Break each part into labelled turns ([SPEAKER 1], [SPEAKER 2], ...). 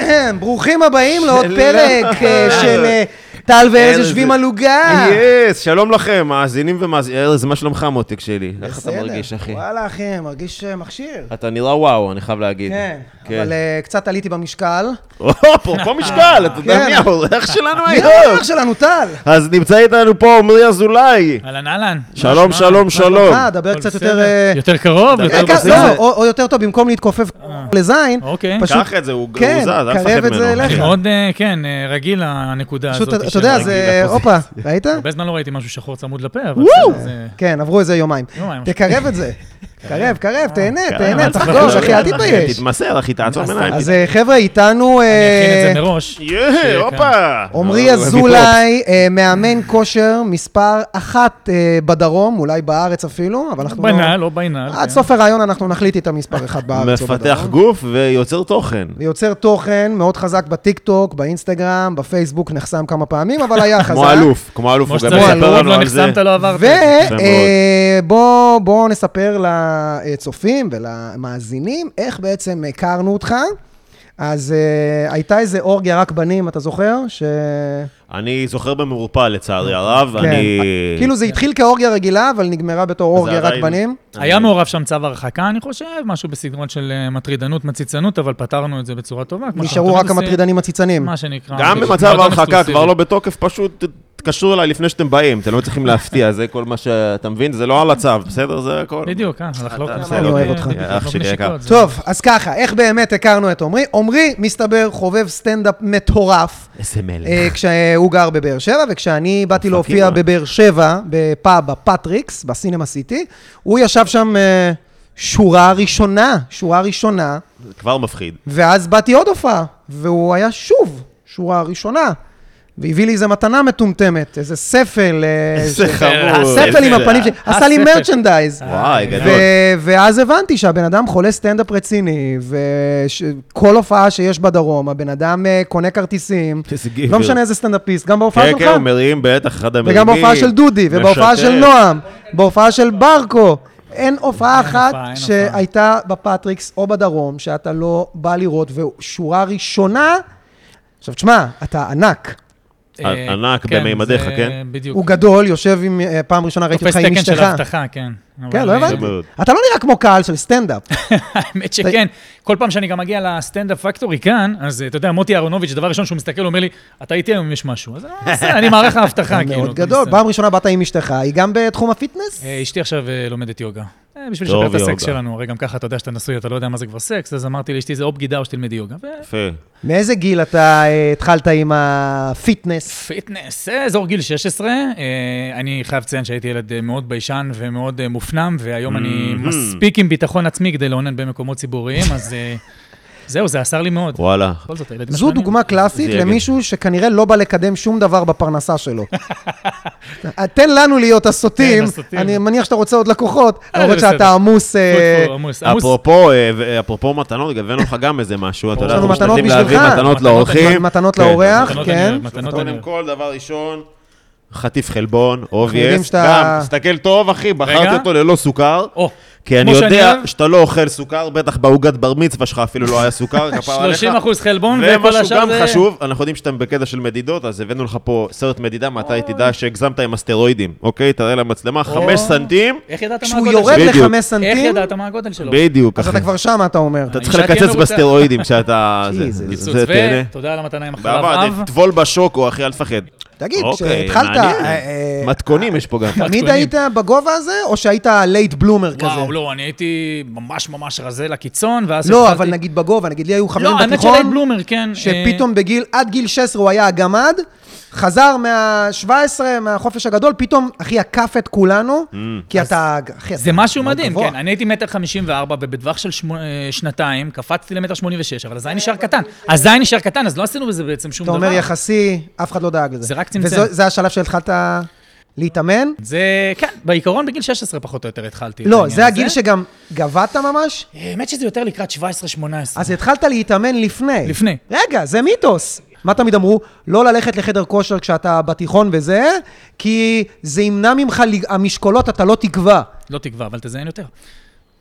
[SPEAKER 1] ברוכים הבאים לעוד פרק של טל וארז יושבים על עוגה.
[SPEAKER 2] שלום לכם, מאזינים ומאזינים. ארז, מה שלומך מותק שלי? איך אתה מרגיש, אחי?
[SPEAKER 1] וואלה, אחי, מרגיש מכשיר.
[SPEAKER 2] אתה נראה וואו, אני חייב להגיד.
[SPEAKER 1] כן, אבל קצת עליתי במשקל.
[SPEAKER 2] פה משקל, אתה יודע מי האורח שלנו היום?
[SPEAKER 1] מי האורח שלנו, טל?
[SPEAKER 2] אז נמצא איתנו פה עמרי אזולאי.
[SPEAKER 3] אהלן.
[SPEAKER 2] שלום, שלום, שלום.
[SPEAKER 1] דבר קצת יותר...
[SPEAKER 3] יותר קרוב, יותר בסדר.
[SPEAKER 1] או יותר טוב, במקום להתכופף לזין, פשוט...
[SPEAKER 2] קח את זה, הוא זז, אל תפחד
[SPEAKER 1] קרב את זה
[SPEAKER 2] ממנו.
[SPEAKER 1] אליך.
[SPEAKER 3] מאוד, כן, רגיל הנקודה הזאת.
[SPEAKER 1] אתה יודע, זה... הופה, ראית?
[SPEAKER 3] הרבה זמן לא ראיתי משהו שחור צמוד לפה, אבל זה...
[SPEAKER 1] כן, עברו איזה יומיים. תקרב את זה. קרב, תהנה, תחגוש, אחי, אל תתבייש.
[SPEAKER 2] תתמסר, אחי, תעצור מנהל.
[SPEAKER 1] אז חבר'ה, איתנו...
[SPEAKER 3] אני אכין את זה מראש.
[SPEAKER 2] הופה.
[SPEAKER 1] עמרי אזולאי, מאמן כושר מספר 1 בדרום, אולי בארץ אפילו, אבל אנחנו
[SPEAKER 3] לא בינל.
[SPEAKER 1] עד סוף הרעיון אנחנו נחליט את המספר 1 בארץ או בדרום.
[SPEAKER 2] מפתח גוף ויוצר תוכן.
[SPEAKER 1] ויוצר תוכן מאוד חזק בטיק טוק, באינסטגרם, בפייסבוק, נחסם כמה פעמים, אבל היה חזק.
[SPEAKER 2] כמו אלוף, הוא גם
[SPEAKER 3] מספר
[SPEAKER 2] מספר לנו
[SPEAKER 3] לא
[SPEAKER 2] על זה.
[SPEAKER 3] נחסמת, לא עברת.
[SPEAKER 1] ובואו נספר לצופים ולמאזינים איך בעצם הכרנו אותך. אז הייתה איזה אורגיה רק בנים, אתה זוכר?
[SPEAKER 2] אני זוכר במעורפל לצערי הרב,
[SPEAKER 1] כאילו זה התחיל כאורגיה רגילה, אבל נגמרה בתור אורגיה רק בנים.
[SPEAKER 3] היה מעורב שם צו הרחקה, אני חושב, משהו בסגנון של מטרידנות, מציצנות, אבל פתרנו את זה בצורה טובה.
[SPEAKER 1] נשארו רק המטרידנים הציצנים.
[SPEAKER 3] מה שנקרא.
[SPEAKER 2] גם במצב ההרחקה כבר לא בתוקף, פשוט תתקשרו אליי לפני שאתם באים, אתם לא צריכים להפתיע, זה כל מה שאתה מבין, זה לא על הצו, בסדר? זה הכל.
[SPEAKER 3] בדיוק, לחלוק.
[SPEAKER 1] אני אוהב אותך.
[SPEAKER 2] אח שלי יקר.
[SPEAKER 1] טוב, אז ככה, איך באמת הכרנו את עמרי? עמרי, מסתבר, חובב סטנדאפ מטורף.
[SPEAKER 2] איזה מלך.
[SPEAKER 1] כשהוא גר בבאר שבע, וכשאני באתי להופיע בבאר שבע, בפאב, בפטריקס, בסינמה סיטי, הוא ישב שם שורה ראשונה.
[SPEAKER 2] כבר מפחיד.
[SPEAKER 1] ואז באתי עוד הופעה, והוא היה שוב שורה ראשונה. והביא לי איזו מתנה מטומטמת, איזה ספל.
[SPEAKER 2] איזה חמור.
[SPEAKER 1] ספל עם הפנים שלי. עשה לי מרצ'נדייז.
[SPEAKER 2] וואי, גדול.
[SPEAKER 1] ואז הבנתי שהבן אדם חולה סטנדאפ רציני, וכל הופעה שיש בדרום, הבן אדם קונה כרטיסים. לא משנה איזה סטנדאפיסט, גם בהופעה שלך.
[SPEAKER 2] כן, הוא מרים, בטח אחד המרימים.
[SPEAKER 1] וגם בהופעה של דודי, ובהופעה של נועם, בהופעה של ברקו. אין הופעה אחת שהייתה בפטריקס או בדרום, שאתה לא בא לראות, ושורה ראשונה, עכשיו תשמע, אתה ענק.
[SPEAKER 2] ענק בממדיך, כן?
[SPEAKER 1] הוא גדול, יושב עם, פעם ראשונה ראיתי אותך עם אשתך.
[SPEAKER 3] תופס תקן של הבטחה, כן.
[SPEAKER 1] כן, לא הבנתי. אתה לא נראה כמו קהל של סטנדאפ.
[SPEAKER 3] האמת שכן. כל פעם שאני גם מגיע לסטנדאפ פקטורי כאן, אז אתה יודע, מוטי אהרונוביץ', דבר ראשון שהוא מסתכל, הוא אומר לי, אתה איתי היום אם יש משהו. אז אני מערך ההבטחה.
[SPEAKER 1] מאוד גדול. פעם ראשונה באת עם אשתך, היא גם בתחום הפיטנס?
[SPEAKER 3] אשתי עכשיו לומדת יוגה. בשביל לשפר את הסקס שלנו, הרי גם ככה אתה יודע שאתה נשוי, אתה לא יודע מה זה כבר סקס, אז אמרתי לאשתי, זה או בגידה או שתלמדי יוגה.
[SPEAKER 2] יפה.
[SPEAKER 1] מאיזה גיל אתה התחלת עם הפיטנס?
[SPEAKER 3] פיטנס, אזור גיל 16. אני חייב לציין שהייתי ילד מאוד ביישן ומאוד מופנם, והיום אני מספיק עם ביטחון עצמי כדי לעונן במקומות ציבוריים, אז זהו, זה עשר לי מאוד.
[SPEAKER 2] וואלה.
[SPEAKER 1] זו דוגמה קלאסית למישהו שכנראה לא בא לקדם שום דבר בפרנסה שלו. תן לנו להיות הסוטים, אני מניח שאתה רוצה עוד לקוחות, למרות שאתה עמוס.
[SPEAKER 2] אפרופו מתנות, הבאנו לך גם איזה משהו, אתה יודע,
[SPEAKER 1] אנחנו
[SPEAKER 2] אנחנו
[SPEAKER 1] משתדלים
[SPEAKER 2] משתדלים להביא מתנות לאורחים.
[SPEAKER 1] מתנות לאורח, כן.
[SPEAKER 2] קודם כל, דבר ראשון, חטיף חלבון, אובייס, גם, תסתכל טוב, אחי, בחרתי אותו ללא סוכר, כי אני יודע שאתה לא אוכל סוכר, בטח בעוגת בר מצווה שלך אפילו לא היה סוכר,
[SPEAKER 3] 30% חלבון וכל השאר זה...
[SPEAKER 2] ומשהו גם חשוב, אנחנו יודעים שאתם בקטע של מדידות, אז הבאנו לך פה סרט מדידה, מתי תדע שהגזמת עם הסטרואידים, אוקיי? תראה למצלמה, 5 סנטים.
[SPEAKER 3] איך ידעת מה
[SPEAKER 1] שהוא
[SPEAKER 3] הגודל
[SPEAKER 1] יורד
[SPEAKER 3] שלו?
[SPEAKER 1] ל5 סנטים?
[SPEAKER 3] איך ידעת מה הגודל שלו?
[SPEAKER 2] בדיוק.
[SPEAKER 1] אז אתה כבר שם, אתה אומר.
[SPEAKER 2] אתה צריך לקצץ בסטרואידים כשאתה...
[SPEAKER 3] קיצוץ, ותודה על המתנה עם החלב אב.
[SPEAKER 2] תבול בשוקו, אחי, אל תפחד.
[SPEAKER 1] תגיד, כשהתחלת...
[SPEAKER 2] מתכונים יש פה גם.
[SPEAKER 1] תמיד היית בגובה הזה, או שהיית לייט בלומר כזה?
[SPEAKER 3] וואו, לא, אני הייתי ממש רזה לקיצון, ואז
[SPEAKER 1] לא, אבל נגיד בגובה, נגיד לי היו חברים בתיכון...
[SPEAKER 3] לא, האמת שלייט בלומר, כן.
[SPEAKER 1] שפתאום עד גיל 16 הוא היה הגמד, חזר מה-17, מהחופש הגדול, פתאום, אחי, עקף את כולנו, כי אתה...
[SPEAKER 3] זה משהו מדהים, כן. אני הייתי 1.54 ובטווח של שנתיים, קפצתי ל1.86, אבל הזין נשאר קטן. אז לא עשינו בזה בעצם שום דבר.
[SPEAKER 1] אתה אומר יחסי, אף אחד לא דאג לזה.
[SPEAKER 3] זה רק צמצם.
[SPEAKER 1] וזה השלב שהתחלת להתאמן?
[SPEAKER 3] זה, כן, בעיקרון בגיל 16 פחות או יותר התחלתי.
[SPEAKER 1] לא, זה הגיל שגם גבעת ממש?
[SPEAKER 3] האמת שזה יותר לקראת 17-18.
[SPEAKER 1] אז התחלת להתאמן לפני.
[SPEAKER 3] לפני.
[SPEAKER 1] רגע, זה מיתוס. מה תמיד אמרו? לא ללכת לחדר כושר כשאתה בתיכון וזה, כי זה ימנע ממך המשקולות, אתה לא תקבע.
[SPEAKER 3] לא תקבע, אבל תזיין יותר.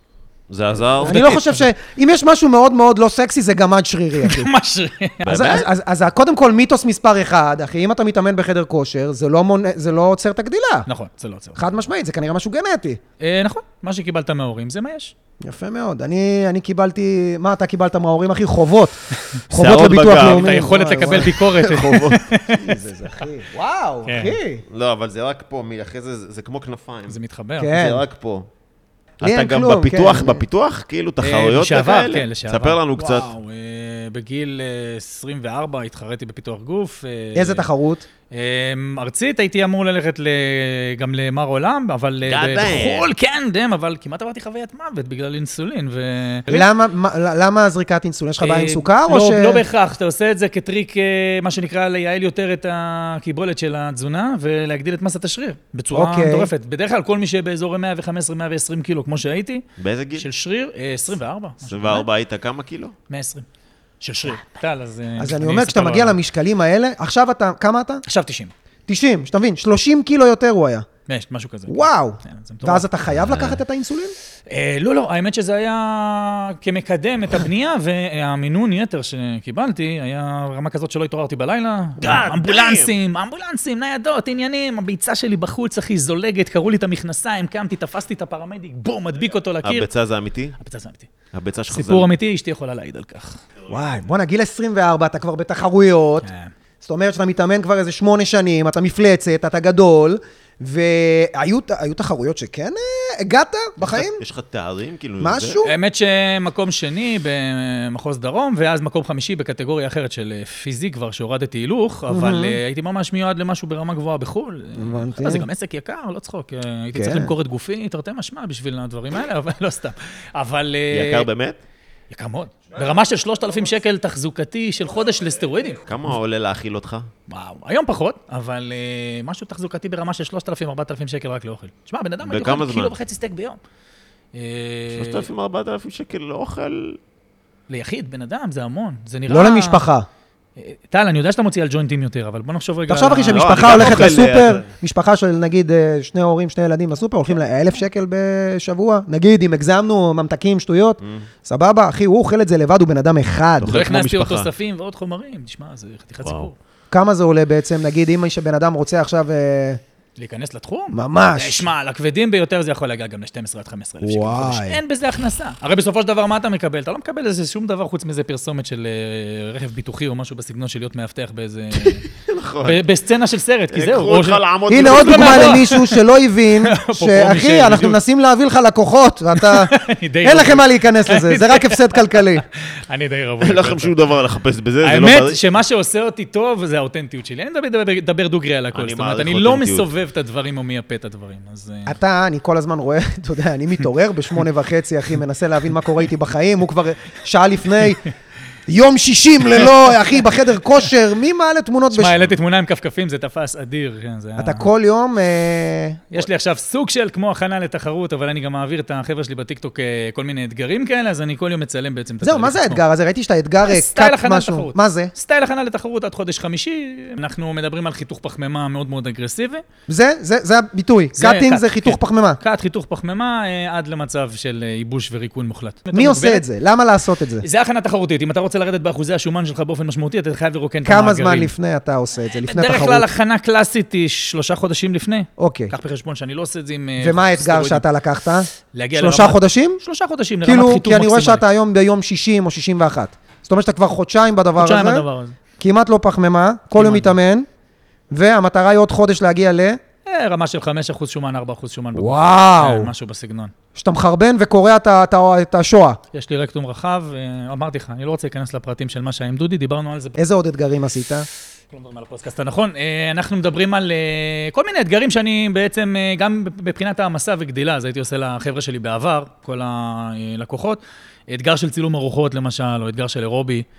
[SPEAKER 2] זה עזר?
[SPEAKER 1] אני לא חושב שאם יש משהו מאוד מאוד לא סקסי, זה גמד שרירי, אחי.
[SPEAKER 3] גמד שרירי.
[SPEAKER 1] אז קודם כל, מיתוס מספר 1, אחי, אם אתה מתאמן בחדר כושר, זה לא עוצר את הגדילה.
[SPEAKER 3] נכון, זה לא עוצר.
[SPEAKER 1] חד משמעית, זה כנראה משהו גנטי.
[SPEAKER 3] נכון, מה שקיבלת מההורים, זה מה יש.
[SPEAKER 1] יפה מאוד. אני קיבלתי, מה אתה קיבלת מההורים, אחי? חובות. חובות לביטוח לאומי.
[SPEAKER 3] את היכולת לקבל ביקורת.
[SPEAKER 1] חובות. זה, אחי. וואו, אחי.
[SPEAKER 2] לא, אבל זה רק פה, אחרי זה כמו כנפיים.
[SPEAKER 3] זה מתחבר.
[SPEAKER 2] זה רק פה. אתה גם בפיתוח, כאילו תחרויות כאלה?
[SPEAKER 3] כן, לשעבר.
[SPEAKER 2] ספר לנו קצת.
[SPEAKER 3] וואו, בגיל 24 התחרתי בפיתוח גוף.
[SPEAKER 1] איזה תחרות?
[SPEAKER 3] ארצית, הייתי אמור ללכת גם למר עולם, אבל בחול, כן, אבל כמעט עברתי חוויית מוות בגלל אינסולין.
[SPEAKER 1] למה זריקת אינסולין? יש לך בעיה עם סוכר?
[SPEAKER 3] לא בהכרח, אתה עושה את זה כטריק, מה שנקרא, לייעל יותר את הקיבולת של התזונה, ולהגדיל את מסת השריר, בצורה מטורפת. בדרך כלל, כל מי שבאזורי 115-120 קילו, כמו שהייתי,
[SPEAKER 2] באיזה גיל?
[SPEAKER 3] של שריר, 24.
[SPEAKER 2] 24 היית כמה קילו?
[SPEAKER 3] 120. של שריר. טל,
[SPEAKER 1] אז אני אומר, כשאתה מגיע למשקלים האלה, עכשיו אתה, כמה אתה?
[SPEAKER 3] עכשיו 90.
[SPEAKER 1] 90, שאתה מבין, 30 קילו יותר הוא היה.
[SPEAKER 3] משהו כזה.
[SPEAKER 1] וואו. ואז אתה חייב לקחת את האינסולין?
[SPEAKER 3] לא, האמת שזה היה כמקדם את הבנייה, והמינון יתר שקיבלתי, היה רמה כזאת שלא התעוררתי בלילה. אמבולנסים, ניידות, עניינים, הביצה שלי בחוץ, אחי, זולגת, קראו לי את המכנסיים, קמתי, תפסתי את הפרמדיק, בום, מדביק אותו לקיר.
[SPEAKER 2] הביצה זה אמיתי?
[SPEAKER 3] הביצה זה אמיתי.
[SPEAKER 2] הביצה שלך
[SPEAKER 3] סיפור אמיתי, אשתי יכולה להעיד על כך.
[SPEAKER 1] וואי, בוא נגיל 24, אתה כבר בתחרויות, זאת אומרת שאתה מתאמן כבר איזה 8 שנים, אתה מפלצת, אתה גדול, והיו תחרויות שכן הגעת בחיים?
[SPEAKER 2] יש לך תארים?
[SPEAKER 1] משהו?
[SPEAKER 3] האמת שמקום שני במחוז דרום, ואז מקום חמישי בקטגוריה אחרת של פיזיק כבר, שהורדתי הילוך, אבל הייתי ממש מיועד למשהו ברמה גבוהה בחול. זה גם עסק יקר, לא צחוק. הייתי צריך למכור את גופי, תרתי משמע בשביל הדברים האלה, אבל לא סתם.
[SPEAKER 2] יקר באמת?
[SPEAKER 3] יקר מאוד. ברמה של 3,000 שקל תחזוקתי של חודש לסטרואידים.
[SPEAKER 2] כמה עולה להאכיל אותך?
[SPEAKER 3] וואו, היום פחות, אבל משהו תחזוקתי ברמה של 3,000-4,000 שקל רק לאוכל. תשמע, בן אדם הייתי אוכל 1.5 קילו סטייק ביום.
[SPEAKER 2] 3,000-4,000 שקל לאוכל?
[SPEAKER 3] ליחיד, בן אדם, זה המון. זה נראה...
[SPEAKER 1] לא למשפחה.
[SPEAKER 3] טל, אני יודע שאתה מוציא על ג'וינטים יותר, אבל בוא נחשוב רגע...
[SPEAKER 1] תחשוב אחי שמשפחה הולכת לסופר, משפחה של נגיד 2 הורים, 2 ילדים לסופר, הולכים ל1,000 שקל בשבוע, נגיד אם הגזמנו ממתקים, שטויות, סבבה, אחי, הוא אוכל את זה לבד, הוא בן אדם אחד.
[SPEAKER 3] לא הכנסתי עוד תוספים ועוד חומרים, תשמע, זה חתיכת סיפור.
[SPEAKER 1] כמה זה עולה בעצם, נגיד אם שבן אדם רוצה עכשיו...
[SPEAKER 3] להיכנס לתחום?
[SPEAKER 1] ממש.
[SPEAKER 3] תשמע, לכבדים ביותר זה יכול להגיע גם ל-12 עד 15 אלף שקל בחודש. אין בזה הכנסה. הרי בסופו של דבר, מה אתה מקבל? אתה לא מקבל איזה שום דבר חוץ מזה פרסומת של רכב ביטוחי או משהו בסגנון של להיות מאבטח באיזה... בסצנה של סרט, כי זהו.
[SPEAKER 1] הנה עוד דוגמה למישהו שלא הבין, שאחי, אנחנו מנסים להביא לך לקוחות, ואתה... אין לכם מה להיכנס לזה, זה רק הפסד כלכלי.
[SPEAKER 3] אני די רבוי.
[SPEAKER 2] אין לכם שום דבר לחפש בזה, זה לא...
[SPEAKER 3] האמת שמה שעושה אותי טוב זה האותנטיות שלי. אני מדבר דוגרי על הכל. זאת אומרת, אני לא מסובב את הדברים או מייפה את הדברים.
[SPEAKER 1] אני כל הזמן רואה, אתה יודע, אני מתעורר ב8:30, אחי, מנסה להבין מה קורה איתי בחיים, הוא כבר שעה לפני, יום 60 ללא, אחי, בחדר כושר, מי מעלה תמונות?
[SPEAKER 3] שמע, העליתי תמונה עם כפכפים, זה תפס אדיר.
[SPEAKER 1] אתה כל יום...
[SPEAKER 3] יש לי עכשיו סוג של כמו הכנה לתחרות, אבל אני גם מעביר את החבר'ה שלי בטיקטוק כל מיני אתגרים כאלה, אז אני כל יום מצלם בעצם את
[SPEAKER 1] זהו, מה זה האתגר הזה? ראיתי שאתה אתגר קאט משהו. מה זה?
[SPEAKER 3] סטייל הכנה לתחרות עד חודש חמישי, אנחנו מדברים על חיתוך פחמימה מאוד מאוד אגרסיבי.
[SPEAKER 1] זה הביטוי, קאטינג זה חיתוך פחמימה.
[SPEAKER 3] קאט, חיתוך פחמימה, עד למצב של ייבוש וריקון מוחלט.
[SPEAKER 1] מי עושה את זה? למה לעשות את זה?
[SPEAKER 3] זה הכנה תחרותית. אם אתה רוצה לרדת באחוזי השומן שלך באופן משמעותי, אתה חייב לרוקן את המאגרים.
[SPEAKER 1] כמה זמן לפני אתה עושה את זה? לפני תחרות?
[SPEAKER 3] בדרך כלל הכנה קלאסית היא 3 חודשים לפני.
[SPEAKER 1] אוקיי.
[SPEAKER 3] קח בחשבון שאני לא עושה את זה עם...
[SPEAKER 1] ומה האתגר שאתה לקחת?
[SPEAKER 3] 3
[SPEAKER 1] חודשים?
[SPEAKER 3] 3 חודשים, לרמת
[SPEAKER 1] כאילו,
[SPEAKER 3] חיתוך
[SPEAKER 1] כי אני רואה
[SPEAKER 3] מקסימלי.
[SPEAKER 1] שאתה היום ביום 60 או 61. זאת אומרת שאתה כבר חודשיים בדבר הזה.
[SPEAKER 3] חודשיים בדבר הזה.
[SPEAKER 1] כמעט לא פחמימה, כל יום מתאמן, והמטרה היא עוד חודש להגיע
[SPEAKER 3] רמה של 5% שומן, 4% שומן.
[SPEAKER 1] וואו.
[SPEAKER 3] משהו בסגנון.
[SPEAKER 1] שאתה מחרבן וקורא את השואה.
[SPEAKER 3] יש לי רקטום רחב, אמרתי לך, אני לא רוצה להיכנס לפרטים של מה שהיה עם דודי, דיברנו על זה.
[SPEAKER 1] איזה עוד אתגרים עשית?
[SPEAKER 3] לא מדברים על הפודקאסט הנכון. אנחנו מדברים על כל מיני אתגרים שאני בעצם, גם מבחינת המסע וגדילה, אז הייתי עושה לחבר'ה שלי בעבר, כל הלקוחות, אתגר של צילום ארוחות למשל, או אתגר של אירובי.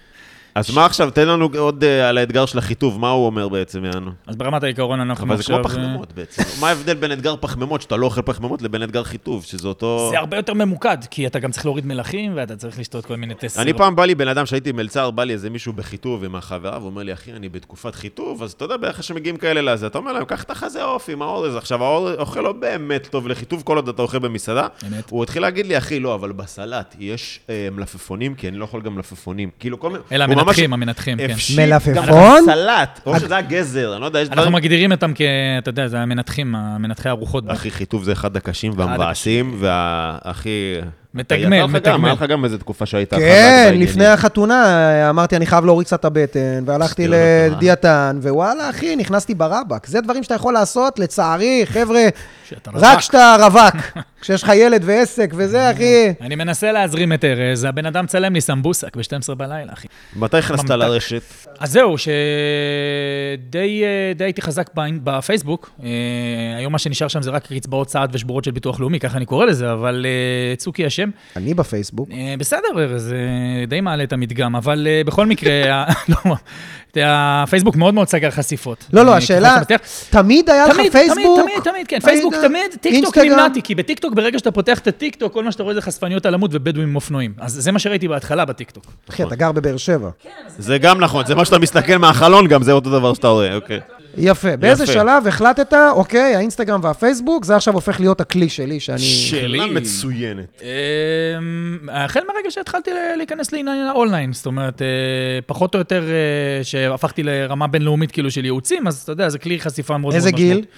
[SPEAKER 2] אז מה עכשיו? תן לנו עוד על האתגר של החיטוב, מה הוא אומר בעצם, יענו?
[SPEAKER 3] אז ברמת העיקרון אנחנו
[SPEAKER 2] עכשיו... אבל זה כמו פחמימות בעצם. מה ההבדל בין אתגר פחמימות, שאתה לא אוכל פחמימות, לבין אתגר חיטוב, שזה אותו...
[SPEAKER 3] זה הרבה יותר ממוקד, כי אתה גם צריך להוריד מלחים, ואתה צריך לשתות כל מיני טסטים.
[SPEAKER 2] אני פעם בא לי בן אדם שהייתי מלצר, בא לי איזה מישהו בחיטוב עם החברה, ואומר לי, אחי, אני בתקופת חיטוב, אז אתה יודע, בערך שמגיעים כאלה לזה, אתה אומר להם, קח את החזה עוף עם האורז. עכשיו, האוכל לא באמת טוב לחיטוב, כל עוד אתה אוכל במסעדה. הוא התחיל להגיד לי, אחי, לא, אבל בסלט יש מלפפונים, כי אני לא אוכל גם מלפפונים. כאילו, כל...
[SPEAKER 3] אלא המנתחים, כן.
[SPEAKER 1] מלפפון?
[SPEAKER 2] סלט, או שזה הגזר, אני לא יודע, יש דברים...
[SPEAKER 3] אנחנו מגדירים אותם אתה יודע, זה מנתחי הרוחות.
[SPEAKER 2] אחי, חיטוב זה אחד הקשים והמבאסים, והכי...
[SPEAKER 3] מתגמל.
[SPEAKER 2] היה לך גם איזו תקופה שהיית...
[SPEAKER 1] כן, לפני החתונה אמרתי, אני חייב להוריד קצת את הבטן, והלכתי לדיאטן, ווואלה, אחי, נכנסתי ברבק. זה דברים שאתה יכול לעשות, לצערי, חבר'ה, רק כשאתה רווק, כשיש לך ילד ועסק וזה, אחי.
[SPEAKER 3] אני מנסה להזרים את ארז, הבן אדם צלם לי סמבוסק ב-12 בלילה, אחי.
[SPEAKER 2] מתי הכנסת לרשת?
[SPEAKER 3] אז זהו, שדי הייתי חזק בפייסבוק. היום מה שנשאר שם זה רק קצבאות צעד ושבורות של ביטוח לאומי, ככה אני קורא לזה, אבל צוקי השם.
[SPEAKER 1] אני בפייסבוק.
[SPEAKER 3] בסדר, זה די מעלה את המדגם, אבל בכל מקרה, הפייסבוק מאוד מאוד סגר חשיפות.
[SPEAKER 1] לא, השאלה, תמיד היה לך פייסבוק?
[SPEAKER 3] תמיד, כן. פייסבוק תמיד, טיקטוק נמנעתי, כי בטיקטוק ברגע שאתה פותח את הטיקטוק, כל מה שאתה רואה זה חשפניות על עמוד ובדואים עם אופנועים. אז זה מה שראיתי בהתחלה בטיקטוק.
[SPEAKER 1] אחי, אתה גר בבאר שבע.
[SPEAKER 2] זה גם נכון, זה מה שאתה מסתכל מהחלון גם, זה אותו דבר שאתה רואה, אוקיי.
[SPEAKER 1] יפה. באיזה שלב החלטת, אוקיי, האינסטגרם והפייסבוק, זה עכשיו הופך להיות הכלי שלי, שאני...
[SPEAKER 2] שאלה מצוינת.
[SPEAKER 3] החל מהרגע שהתחלתי להיכנס לעניין האונליין, זאת אומרת, פחות או יותר שהפכתי לרמה בינלאומית כאילו של ייעוצים, אז אתה יודע, זה כלי חשיפה מאוד מאוד משמעות.
[SPEAKER 1] איזה גיל?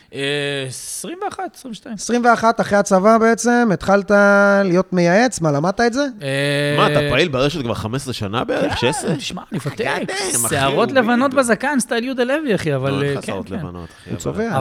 [SPEAKER 3] 21, 22.
[SPEAKER 1] 21, אחרי הצבא בעצם, התחלת להיות מייעץ, מה, למדת את זה?
[SPEAKER 2] מה, אתה פעיל ברשת כבר 15 שנה בערך? 16?
[SPEAKER 3] תשמע, אני פתק, שערות לבנות בזקן, סטייל יהודה לוי, אחי, אבל כן, כן.
[SPEAKER 1] הוא צובע.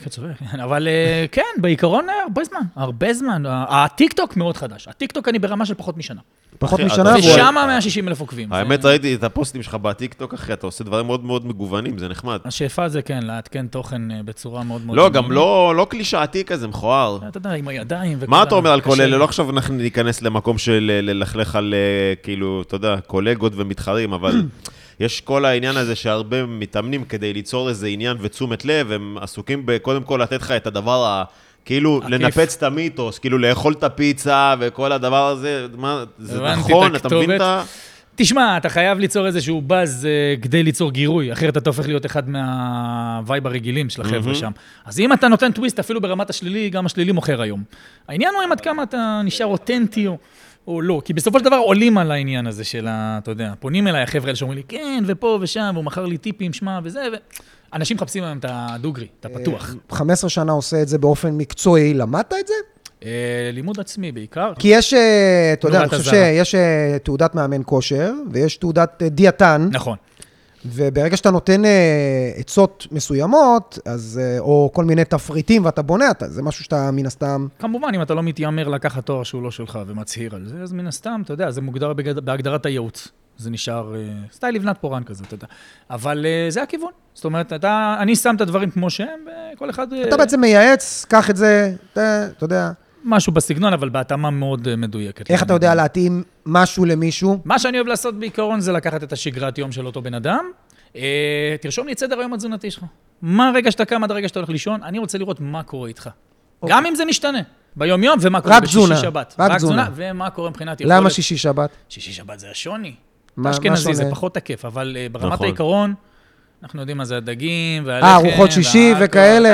[SPEAKER 3] אבל כן, בעיקרון הרבה זמן. הטיקטוק מאוד חדש. הטיקטוק אני ברמה של פחות משנה.
[SPEAKER 1] פחות משנה?
[SPEAKER 3] ושם 160,000 עוקבים.
[SPEAKER 2] האמת, ראיתי את הפוסטים שלך בטיקטוק, אחי, אתה עושה דברים מאוד מאוד מגוונים, זה נחמד.
[SPEAKER 3] השאיפה זה כן, להתקן תוכן בצורה מאוד מאוד...
[SPEAKER 2] לא, גם לא קלישאתי כזה, מכוער.
[SPEAKER 3] אתה יודע, עם הידיים וכו'.
[SPEAKER 2] מה אתה אומר על כל אלה? לא עכשיו אנחנו ניכנס למקום של ללכלך על, כאילו, אתה יודע, קולגות ומתחרים, אבל יש כל העניין הזה שהרבה מתאמנים כדי ליצור איזה עניין ותשומת לב, הם עסוקים קודם כל לתת לך את הדבר כאילו לנפץ את המיתוס, כאילו לאכול את הפיצה וכל הדבר הזה, זה נכון, אתה מבין את ה...
[SPEAKER 3] תשמע, אתה חייב ליצור איזשהו באז כדי ליצור גירוי, אחרת אתה הופך להיות אחד מהווייב הרגילים של החבר'ה שם. אז אם אתה נותן טוויסט אפילו ברמת השלילי, גם השלילי מוכר היום. העניין הוא אם עד כמה אתה נשאר אותנטי או לא, כי בסופו של דבר עולים על העניין הזה של, אתה יודע, פונים אליי החבר'ה האלה שאומרים לי, כן, ופה ושם, והוא מכר לי טיפים, שמה וזה, אנשים מחפשים היום את הדוגרי, את הפתוח.
[SPEAKER 1] 15 שנה עושה את זה באופן מקצועי, למדת את זה?
[SPEAKER 3] לימוד עצמי בעיקר.
[SPEAKER 1] כי יש, אתה יודע, אני חושב שיש תעודת מאמן כושר, ויש תעודת דיאטן.
[SPEAKER 3] נכון.
[SPEAKER 1] וברגע שאתה נותן עצות מסוימות, אז, או כל מיני תפריטים ואתה בונה, זה משהו שאתה מן הסתם...
[SPEAKER 3] כמובן, אם אתה לא מתיימר לקחת תואר שהוא לא שלך ומצהיר על זה, אז מן הסתם, אתה יודע, זה מוגדר בהגדרת הייעוץ. זה נשאר סטייל לבנת פורן כזה, אתה יודע. אבל זה הכיוון. זאת אומרת, אני שם את הדברים כמו שהם, וכל אחד...
[SPEAKER 1] אתה בעצם מייעץ, קח את זה, אתה יודע...
[SPEAKER 3] משהו בסגנון, אבל בהתאמה מאוד מדויקת.
[SPEAKER 1] איך אתה יודע להתאים משהו למישהו?
[SPEAKER 3] מה שאני אוהב לעשות בעיקרון זה לקחת את השגרת יום של אותו בן אדם. תרשום לי את סדר היום התזונתי שלך. מה הרגע שאתה קם עד הרגע שאתה הולך לישון, אני רוצה לראות מה קורה איתך. גם אם זה משתנה. ביום יום, ומה קורה בשישי שבת.
[SPEAKER 1] רק תזונה.
[SPEAKER 3] ומה קורה מבחינת יכולת.
[SPEAKER 1] למה שישי שבת?
[SPEAKER 3] שישי שבת זה השוני. אשכנזי זה פחות תקף, אבל ברמת העיקרון, אנחנו יודעים מה זה הדגים והלחם.
[SPEAKER 1] ארוחות שישי וכאלה.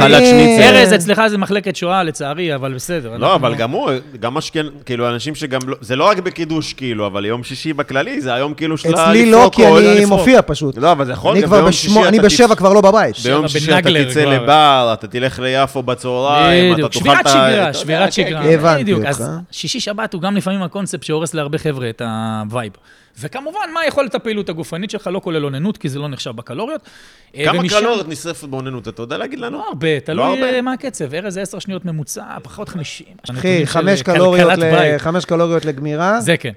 [SPEAKER 3] ארז, אצלך זה מחלקת שואה, לצערי, אבל בסדר.
[SPEAKER 2] לא, אבל גם הוא, גם משכן, כאילו, אנשים שגם, זה לא רק בקידוש, כאילו, אבל יום שישי בכללי, זה היום כאילו שלה לפרוק.
[SPEAKER 1] אצלי לא, כי אני מופיע פשוט.
[SPEAKER 2] לא, אבל זה יכול,
[SPEAKER 1] אני בשבע כבר לא בבית.
[SPEAKER 2] ביום שישי אתה תצא לבר, אתה תלך ליפו בצהריים, אתה תוכל את
[SPEAKER 3] שבירת שגרה.
[SPEAKER 1] הבנתי אותך.
[SPEAKER 3] אז שישי שבת הוא גם לפעמים הקונספט שהורס להרבה חבר'ה את הווייב. וכמובן, מה יכולת הפעילות הגופנית שלך, לא כולל אוננות, כי זה לא נחשב בקלוריות.
[SPEAKER 2] כמה קלוריות נשרפת באוננות, אתה יודע להגיד לנו?
[SPEAKER 3] לא הרבה, תלוי מה הקצב. ארז זה 10 שניות ממוצע, פחות 50.
[SPEAKER 1] אחי, 5 קלוריות לגמירה.
[SPEAKER 3] זה כן.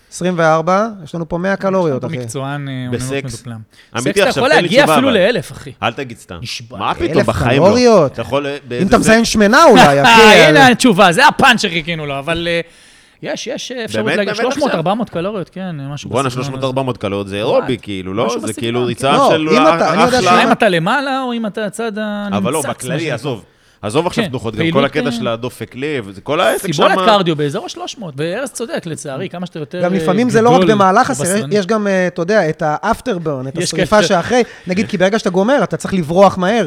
[SPEAKER 1] 24, יש לנו פה 100 קלוריות, אחי.
[SPEAKER 3] מקצוען אוננות מדופלם.
[SPEAKER 2] אמיתי,
[SPEAKER 3] סקס אתה יכול להגיע אפילו ל1,000, אחי.
[SPEAKER 2] אל תגיד סתם. מה פתאום בחיים
[SPEAKER 1] לא? אם אתה מזיין שמנה אולי, אחי.
[SPEAKER 3] הנה התשובה, זה הפאנץ' שחיכינו לו, אבל... יש אפשרות להגיד 300-400 קלוריות, כן, משהו.
[SPEAKER 2] בואנה, 300-400 קלוריות זה אירובי, כאילו, לא? זה כאילו ריצה של
[SPEAKER 3] אחלה. אם אתה למעלה או אם אתה הצד הנמצא.
[SPEAKER 2] אבל לא, בכללי, עזוב עכשיו תנוחות, גם כל הקטע של הדופק לב, זה כל העסק שם.
[SPEAKER 3] סיבולת קרדיו באזור 300, וארז צודק לצערי, כמה שאתה יותר
[SPEAKER 1] גם לפעמים זה לא רק במהלך הסרט, יש גם, אתה יודע, את האפטרברן, את השריפה שאחרי, נגיד, כי ברגע שאתה גומר, אתה צריך לברוח מהר.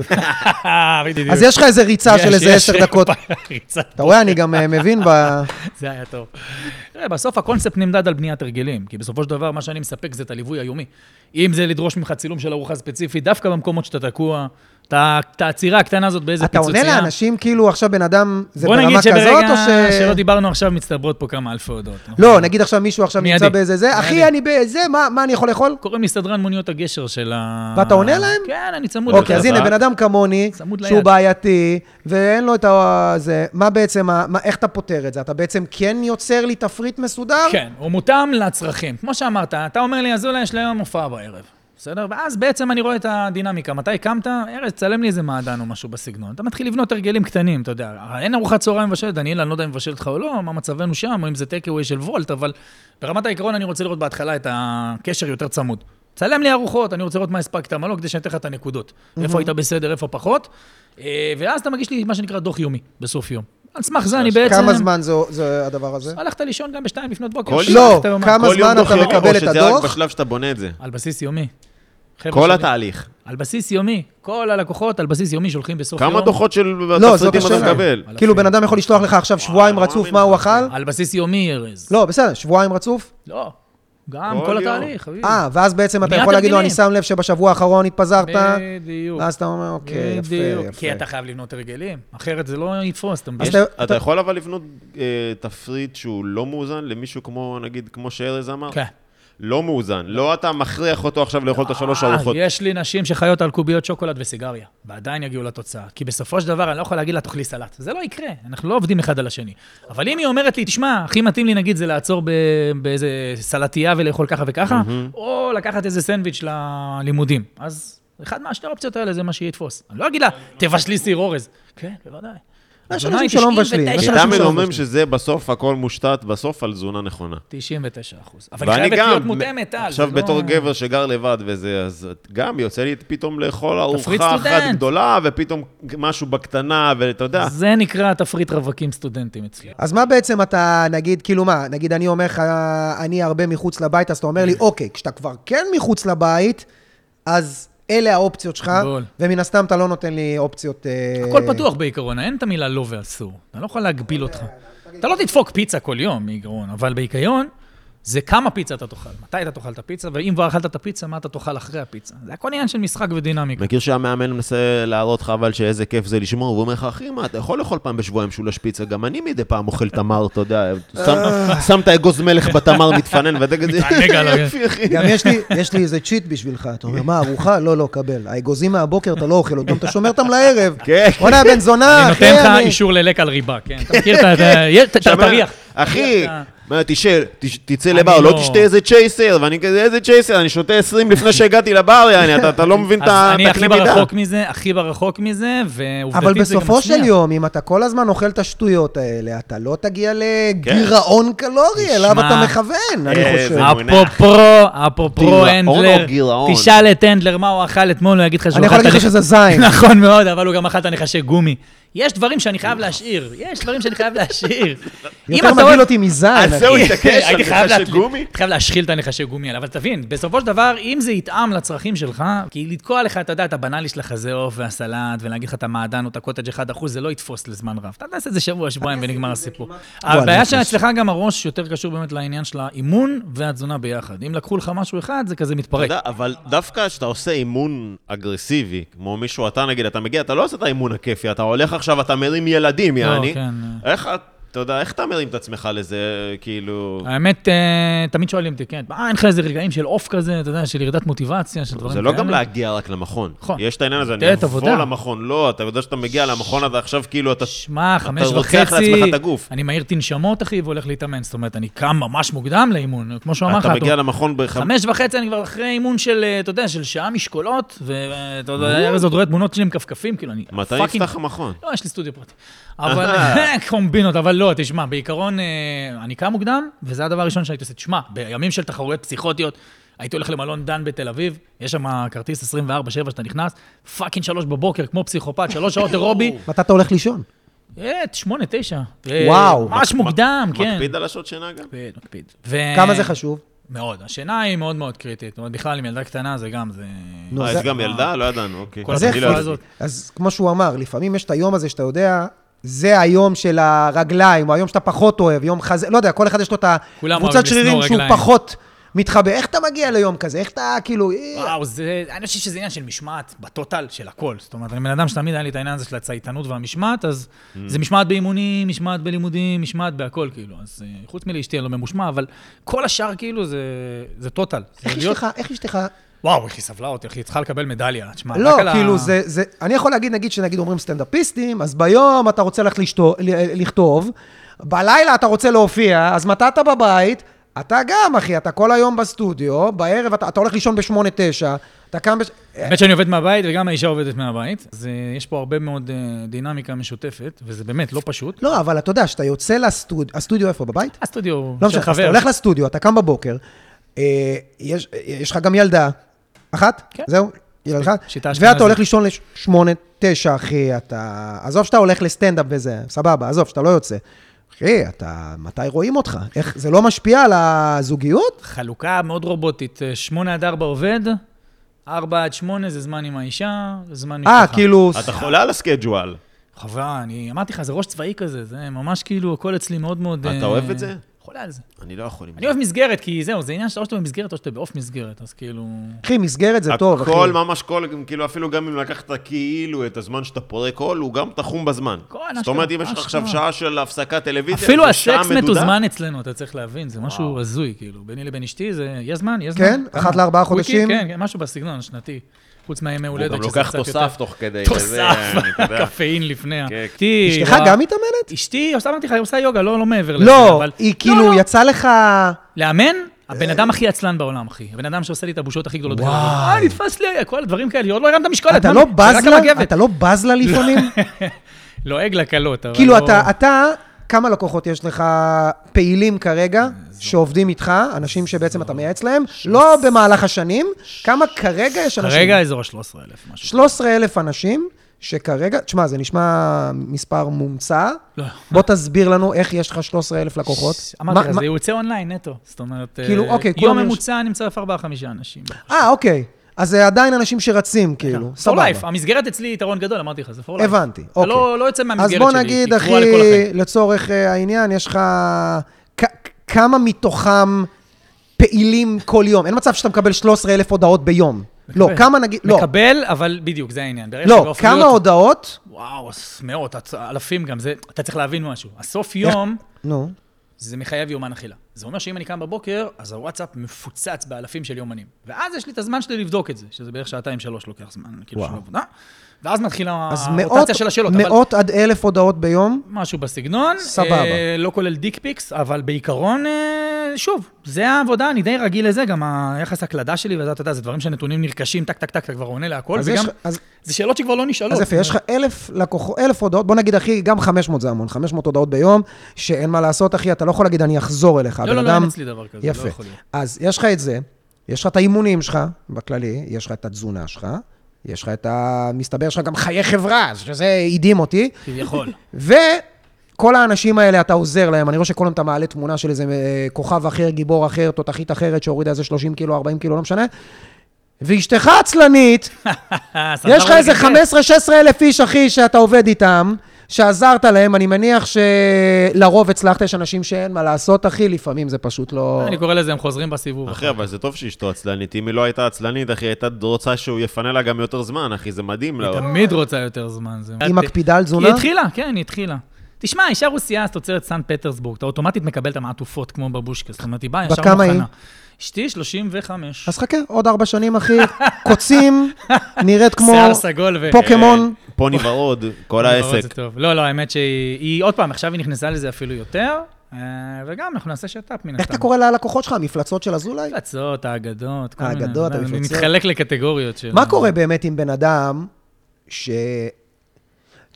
[SPEAKER 1] אז יש לך איזה ריצה של איזה 10 דקות. אתה רואה, אני גם מבין
[SPEAKER 3] זה היה טוב. בסוף הקונספט נמדד על בניית הרגלים, כי בסופו של דבר מה שאני מספק זה את הליווי היומי. אם זה לדרוש ממך צילום של ארוחה ספציפית, דווקא במקומות שאתה תקוע, את העצירה הקטנה הזאת באיזה פיצוצייה.
[SPEAKER 1] אתה עונה לאנשים כאילו עכשיו בן אדם, זה ברמה כזאת או ש...
[SPEAKER 3] בוא נגיד שברגע שלא דיברנו עכשיו, מצטברות פה כמה אלפי הודות.
[SPEAKER 1] לא, נגיד עכשיו מישהו עכשיו נמצא באיזה זה, אחי, אני באיזה, מה אני יכול לאכול?
[SPEAKER 3] קוראים לי סדרן מוניות הגשר של ה...
[SPEAKER 1] ואתה עונה להם?
[SPEAKER 3] כן, אני צמוד.
[SPEAKER 1] אוקיי, אז הנה, בן אדם כמוני, שהוא בעייתי, ואין לו את זה, מה בעצם, איך אתה פותר את זה? אתה בעצם כן יוצר לי תפריט מסודר?
[SPEAKER 3] כן, הוא מותאם לצרכים. כמו שאמרת, אתה אומר לי, אז אולי יש להם מופע בערב. בסדר? ואז בעצם אני רואה את הדינמיקה. מתי הקמת? ארז, צלם לי איזה מעדן או משהו בסגנון. אתה מתחיל לבנות הרגלים קטנים, אתה יודע. אין ארוחת צהריים מבשלת, דניאל, אני לא יודע אם מבשלת לך או לא, מה מצבנו שם, או אם זה טייק-אווי של וולט, אבל ברמת העיקרון אני רוצה לראות בהתחלה את הקשר יותר צמוד. צלם לי ארוחות, אני רוצה לראות מה הספקת, מה לא, כדי שאני אתן לך את הנקודות. איפה היית בסדר, איפה פחות. ואז אתה מגיש לי מה שנקרא דוח יומי, בסוף יום. על סמך זה אני בעצם...
[SPEAKER 1] כמה זמן זה הדבר הזה?
[SPEAKER 3] הלכת לישון גם ב2 לפנות בוקר.
[SPEAKER 1] לא, כמה זמן אתה מקבל את הדוח?
[SPEAKER 2] או שזה רק בשלב שאתה בונה את זה?
[SPEAKER 3] על בסיס יומי.
[SPEAKER 2] כל התהליך.
[SPEAKER 3] על בסיס יומי. כל הלקוחות על בסיס יומי שולחים בסוף יום.
[SPEAKER 2] כמה דוחות של תפריטים אתה מקבל?
[SPEAKER 1] כאילו בן אדם יכול לשלוח לך עכשיו שבועיים רצוף מה הוא אכל?
[SPEAKER 3] על בסיס יומי, ארז.
[SPEAKER 1] לא, בסדר, שבועיים רצוף?
[SPEAKER 3] לא. גם כל התהליך.
[SPEAKER 1] ואז בעצם אתה יכול להגיד לו, אני שם לב שבשבוע האחרון התפזרת.
[SPEAKER 3] בדיוק.
[SPEAKER 1] ואז אתה אומר, אוקיי, יפה.
[SPEAKER 3] כי אתה חייב לבנות הרגלים. אחרת זה לא יתפוס.
[SPEAKER 2] אתה יכול אבל לבנות תפריט שהוא לא מאוזן למישהו כמו, נגיד, כמו שארז אמר?
[SPEAKER 3] כן.
[SPEAKER 2] לא מאוזן. לא אתה מכריח אותו עכשיו לאכול את השלוש ארוחות.
[SPEAKER 3] יש לי נשים שחיות על קוביות שוקולד וסיגריה, ועדיין יגיעו לתוצאה. כי בסופו של דבר אני לא יכול להגיד לה, תאכלי סלט. זה לא יקרה, אנחנו לא עובדים אחד על השני. אבל אם היא אומרת לי, תשמע, הכי מתאים לי נגיד זה לעצור באיזה סלטייה ולאכול ככה וככה, או לקחת איזה סנדוויץ' ללימודים. אז אחד מהשתי האופציות האלה זה מה שיתפוס. אני לא אגיד לה, תבשלי סיר אורז. כן, בוודאי.
[SPEAKER 1] יש אנשים שלא מבשלים.
[SPEAKER 2] איתם אומרים שזה בסוף הכל מושתת בסוף על תזונה נכונה.
[SPEAKER 3] 99%. אבל היא חייבת להיות מותאמת, טל.
[SPEAKER 2] עכשיו בתור גבר שגר לבד וזה, אז גם יוצא לי פתאום לאכול ארוחה אחת גדולה, ופתאום משהו בקטנה, ואתה יודע.
[SPEAKER 3] זה נקרא תפריט רווקים סטודנטים אצלי.
[SPEAKER 1] אז מה בעצם אתה, נגיד, כאילו מה, נגיד אני אומר לך, אני הרבה מחוץ לבית, אז אתה אומר לי, אוקיי, כשאתה כבר כן מחוץ לבית, אז... אלה האופציות שלך, ומן הסתם אתה לא נותן לי אופציות...
[SPEAKER 3] הכל פתוח בעיקרון, אין את המילה לא ואסור. אתה לא יכול להגביל אותך. אתה לא תדפוק פיצה כל יום בעיקרון, אבל בעיקרון זה כמה פיצה אתה תאכל. מתי אתה תאכל את הפיצה, ואם כבר אכלת את הפיצה, מה אתה תאכל אחרי הפיצה. זה הכל עניין של משחק ודינמיקה.
[SPEAKER 2] מכיר שהמאמן מנסה להראות לך אבל שאיזה כיף זה לשמור, והוא אומר לך, אחי, מה, אתה יכול לאכול פעם בשבועיים שולש פיצה, גם אני מדי פעם אוכל תמר, אתה יודע, שם את האגוז מלך בתמר, מתפנן,
[SPEAKER 1] גם יש לי איזה צ'יט בשבילך, אתה אומר, מה, ארוחה? לא, לא, קבל. האגוזים מהבוקר אתה לא אוכל אותם, אתה שומר אותם לערב. עונה בן זונה,
[SPEAKER 3] אני נותן לך אישור ללק על ריבה, כן? אתה מכיר את התריח.
[SPEAKER 2] אחי, תצא לבר, לא תשתה איזה צ'ייסר, ואני כזה, איזה צ'ייסר, אני שותה 20 לפני שהגעתי לבר, אתה לא מבין את
[SPEAKER 3] הקנה מידה. הכי ברחוק מזה,
[SPEAKER 1] אבל בסופו של יום, אם אתה כל הזמן אוכל את השטויות האלה, אתה לא תגיע לגירעון קלורי, אליו אתה מכוון, אני חושב.
[SPEAKER 3] אפרופו הנדלר, תשאל את הנדלר מה הוא אכל אתמול, הוא יגיד לך
[SPEAKER 1] אני יכול להגיד לך שזה זין.
[SPEAKER 3] נכון מאוד, אבל הוא גם אכל את הנחשי גומי. יש דברים שאני חייב להשאיר.
[SPEAKER 1] יותר מגיל אותי מזין.
[SPEAKER 2] אז זהו התעקש על נחשי גומי?
[SPEAKER 3] חייב להשחיל את הנחשי גומי עליו, אבל תבין, בסופו של דבר, אם זה יתאם לצרכים שלך, כי לתקוע לך, אתה יודע, את הבנאלי של החזה עוף והסלט, ולהגיד לך את המעדן או את הקוטג' 1%, זה לא יתפוס לזמן רב. אתה תעשה את זה שבוע, שבועיים ונגמר הסיפור. הבעיה שאצלך גם הראש יותר קשור באמת לעניין של האימון והתזונה ביחד. אם לקחו לך משהו אחד, זה כזה מתפרק.
[SPEAKER 2] אבל דווקא שאתה עושה אימון אגרסיבי, כמו מישהו, אתה נגיד, אתה מגיע, אתה לא עושה את האימון הכיפי, אתה הולך עכשיו, אתה מרים ילדים, יעני. איך אתה יודע, איך אתה מרים את עצמך לזה, כאילו...
[SPEAKER 3] האמת, תמיד שואלים אותי, כן, אין לך איזה רגעים של אוף כזה, אתה יודע, של ירידת מוטיבציה, של דברים כאלה.
[SPEAKER 2] זה לא גם להגיע רק למכון. יש את העניין הזה, אני אבוא למכון, לא, אתה יודע שאתה מגיע למכון, אתה עכשיו כאילו, אתה רוצח לעצמך את הגוף.
[SPEAKER 3] אני מהיר תנשמות, אחי, והולך להתאמן, זאת אומרת, אני קם ממש מוקדם לאימון, כמו שהוא אמר לך,
[SPEAKER 2] אתה מגיע למכון
[SPEAKER 3] 5:30, אני כבר אחרי אימון של, אתה יודע, של שעה משקולות, ואתה יודע, ארז עוד רואה תמונות שלי עם כפכפים, כאילו, אני
[SPEAKER 2] מתי נפתח המכון?
[SPEAKER 3] לא, יש לי סטודיו פרטי. אבל קומבינות, אבל לא, תשמע, בעיקרון, אני קם מוקדם, וזה הדבר הראשון שהייתי עושה. תשמע, בימים של תחרויות פסיכוטיות, הייתי הולך למלון דן בתל אביב, יש שם כרטיס 24/7 שאתה נכנס, פאקינג 3 בבוקר, כמו פסיכופת, 3 שעות אירובי.
[SPEAKER 1] מתי אתה הולך לישון?
[SPEAKER 3] 8, 9.
[SPEAKER 1] וואו.
[SPEAKER 3] ממש מוקדם, כן.
[SPEAKER 2] מקפיד על השעות שינה גם?
[SPEAKER 3] מקפיד.
[SPEAKER 1] כמה זה חשוב?
[SPEAKER 3] מאוד. השינה היא מאוד מאוד קריטית. בכלל, עם ילדה קטנה זה גם, זה...
[SPEAKER 2] יש גם ילדה? לא ידענו, אוקיי.
[SPEAKER 1] אז כמו שהוא אמר, לפעמים יש את היום הזה שאתה יודע, זה היום של הרגליים, או היום שאתה פחות אוהב, יום חזה, לא יודע, כל אחד יש לו את הקבוצת שרירים שהוא פחות מתחבא. איך אתה מגיע ליום כזה? איך אתה כאילו...
[SPEAKER 3] וואו, אני חושב שזה עניין של משמעת, בטוטל של הכל. זאת אומרת, אני בן אדם שתמיד היה לי את העניין הזה של הצייתנות והמשמעת, אז זה משמעת באימונים, משמעת בלימודים, משמעת בהכל, כאילו. אז חוץ מלאשתי, אני לא ממושמע, אבל כל השאר, כאילו, זה טוטל.
[SPEAKER 1] איך אשתך?
[SPEAKER 3] וואו, איך היא סבלה אותי, איך היא צריכה לקבל מדליה.
[SPEAKER 1] לא, כאילו, אני יכול להגיד, נגיד אומרים סטנדאפיסטים, אז ביום אתה רוצה לכתוב, בלילה אתה רוצה להופיע, אז מתי אתה בבית? אתה גם, אחי, אתה כל היום בסטודיו, בערב אתה הולך לישון ב8-9, אתה קם
[SPEAKER 3] באמת שאני עובד מהבית וגם האישה עובדת מהבית, אז יש פה הרבה מאוד דינמיקה משותפת, וזה באמת לא פשוט.
[SPEAKER 1] לא, אבל אתה יודע, שאתה יוצא לסטודיו, הסטודיו איפה, בבית?
[SPEAKER 3] הסטודיו
[SPEAKER 1] של חבר. אתה הולך לסטודיו, אתה קם בבוקר, יש לך גם ילדה, אחת? זהו, ילדה אחת? ואתה הולך לישון ל8-9, אחי, עזוב שאתה הולך לסטנדאפ וזה, סבבה, עזוב, שאתה לא יוצא. אחי, מתי רואים אותך? זה לא משפיע על הזוגיות?
[SPEAKER 3] חלוקה מאוד רובוטית, 8-4 עובד, 4-8 זה זמן עם האישה, זה זמן משפחה.
[SPEAKER 1] כאילו...
[SPEAKER 2] אתה חולה על הסקייג'ואל.
[SPEAKER 3] חווה, אני אמרתי לך, זה ראש צבאי כזה, זה ממש כאילו, הכל אצלי מאוד מאוד...
[SPEAKER 2] אתה אוהב את זה?
[SPEAKER 3] חולה על זה.
[SPEAKER 2] אני לא יכול עם זה.
[SPEAKER 3] אני אוהב מסגרת, כי זהו, זה עניין שאתה או שאתה במסגרת או שאתה באוף מסגרת, אז כאילו...
[SPEAKER 1] אחי, מסגרת זה טוב, אחי.
[SPEAKER 2] הכל, ממש כל, כאילו אפילו גם אם לקחת כאילו את הזמן שאתה פורק קול, הוא גם תחום בזמן. זאת אומרת, אם יש לך עכשיו שעה של הפסקת טלוויזיה,
[SPEAKER 3] אפילו הסקס מתוזמן אצלנו, אתה צריך להבין, זה משהו הזוי, כאילו. ביני לבין אשתי, זה יש זמן, יש זמן.
[SPEAKER 1] כן? 1-4 חודשים?
[SPEAKER 3] כן, משהו בסגנון, שנתי. חוץ מהימי הולדת,
[SPEAKER 2] הוא גם לוקח תוסף תוך כדי.
[SPEAKER 3] תוסף, קפאין לפני.
[SPEAKER 1] אשתך גם מתאמנת?
[SPEAKER 3] אשתי, אמרתי לך, היא עושה יוגה, לא מעבר לזה.
[SPEAKER 1] לא, היא כאילו יצא לך...
[SPEAKER 3] לאמן? הבן אדם הכי עצלן בעולם, אחי. הבן אדם שעושה לי את הבושות הכי גדולות. נתפס לי, כל הדברים כאלה, עוד לא הרמת משקולת.
[SPEAKER 1] אתה לא בז לה לפעמים?
[SPEAKER 3] לועג לקלות.
[SPEAKER 1] כאילו, אתה... כמה לקוחות יש לך פעילים כרגע, שעובדים איתך, אנשים שבעצם אתה מייעץ להם, לא במהלך השנים, כמה כרגע יש אנשים?
[SPEAKER 3] כרגע אזור 13,000 משהו.
[SPEAKER 1] 13,000 אנשים, שכרגע, תשמע, זה נשמע מספר מומצא, בוא תסביר לנו איך יש לך 13,000 לקוחות.
[SPEAKER 3] אמרתי לך, זה יוצא אונליין נטו, זאת אומרת, יום ממוצע נמצא 4-5 אנשים.
[SPEAKER 1] אוקיי. אז זה עדיין אנשים שרצים, כאילו, סבבה.
[SPEAKER 3] For life, המסגרת אצלי יתרון גדול, אמרתי לך, זה for life.
[SPEAKER 1] הבנתי, אוקיי.
[SPEAKER 3] לא יוצא מהמסגרת שלי,
[SPEAKER 1] אז בוא נגיד, אחי, לצורך העניין, יש לך כמה מתוכם פעילים כל יום? אין מצב שאתה מקבל 13,000 הודעות ביום. לא, כמה נגיד, לא.
[SPEAKER 3] מקבל, אבל בדיוק, זה העניין.
[SPEAKER 1] לא, כמה הודעות?
[SPEAKER 3] וואו, מאות, אלפים גם, אתה צריך להבין משהו. הסוף יום...
[SPEAKER 1] נו.
[SPEAKER 3] זה מחייב יומן אכילה. זה אומר שאם אני קם בבוקר, אז הוואטסאפ מפוצץ באלפים של יומנים. ואז יש לי את הזמן שלי לבדוק את זה, שזה בערך 2-3 לוקח זמן, כאילו של עבודה. ואז מתחילה הרוטציה של השאלות.
[SPEAKER 1] מאות עד 1,000 הודעות ביום?
[SPEAKER 3] משהו בסגנון.
[SPEAKER 1] סבבה.
[SPEAKER 3] לא כולל דיק פיקס, אבל בעיקרון, שוב, זה העבודה, אני די רגיל לזה, גם היחס הקלדה שלי, ואתה יודע, זה דברים שנתונים נרכשים, טק, טק, טק, אתה כבר עונה להכל, וגם, זה שאלות שכבר לא נשאלות.
[SPEAKER 1] אז יפה, יש לך 1,000 הודעות, בוא נגיד, אחי, גם 500 זה המון, 500 הודעות ביום, שאין מה לעשות, אחי, אתה לא יכול להגיד, אני אחזור אליך.
[SPEAKER 3] לא, אין אצלי דבר כזה,
[SPEAKER 1] יפה. אז יש לך את זה, יש לך את האימונים שלך, בכללי, יש לך את התזונה שלך, יש לך את המסתבר שלך גם חיי חברה, שזה עידים אותי.
[SPEAKER 3] כביכול.
[SPEAKER 1] וכל האנשים האלה, אתה עוזר להם, אני רואה שכל אתה מעלה תמונה של איזה כוכב אחר, גיבור אחר, תותחית אחרת, שהורידה איזה 30 קילו, 40 קילו, לא משנה. ואשתך עצלנית, יש לך איזה 15-16 אלף איש, אחי, שאתה עובד איתם, שעזרת להם, אני מניח שלרוב הצלחת, יש אנשים שאין מה לעשות, אחי, לפעמים זה פשוט לא...
[SPEAKER 3] אני קורא לזה, הם חוזרים בסיבוב.
[SPEAKER 2] אחי, אבל זה טוב שאשתו עצלנית, אם היא לא הייתה עצלנית, אחי, הייתה רוצה שהוא יפנה לה גם יותר זמן, אחי, זה מדהים.
[SPEAKER 3] היא תמיד רוצה יותר זמן.
[SPEAKER 1] היא מקפידה על תזונה?
[SPEAKER 3] היא התחילה, כן, היא התחילה. תשמע, אישה רוסייה, תוצרת סן פטרסבורג, אתה אוטומטית מקבל את המעטופות כמו בבושקה, זאת אומרת, היא באה ישר מוכנה. אשתי 35.
[SPEAKER 1] אז חכה, עוד 4 שנים, אחי, קוצים, נראית כמו
[SPEAKER 3] שיער סגול
[SPEAKER 1] פוקמון.
[SPEAKER 2] פוני ורוד, כל העסק.
[SPEAKER 3] לא, האמת שהיא, עוד פעם, עכשיו היא נכנסה לזה אפילו יותר, וגם אנחנו נעשה שטאפ מן הסתם.
[SPEAKER 1] איך אתה קורא ללקוחות שלך? המפלצות של אזולאי?
[SPEAKER 3] המפלצות, האגדות.
[SPEAKER 1] האגדות, המפלצות.
[SPEAKER 3] אני מתחלק לקטגוריות של...
[SPEAKER 1] מה קורה באמת עם בן אדם תשמע,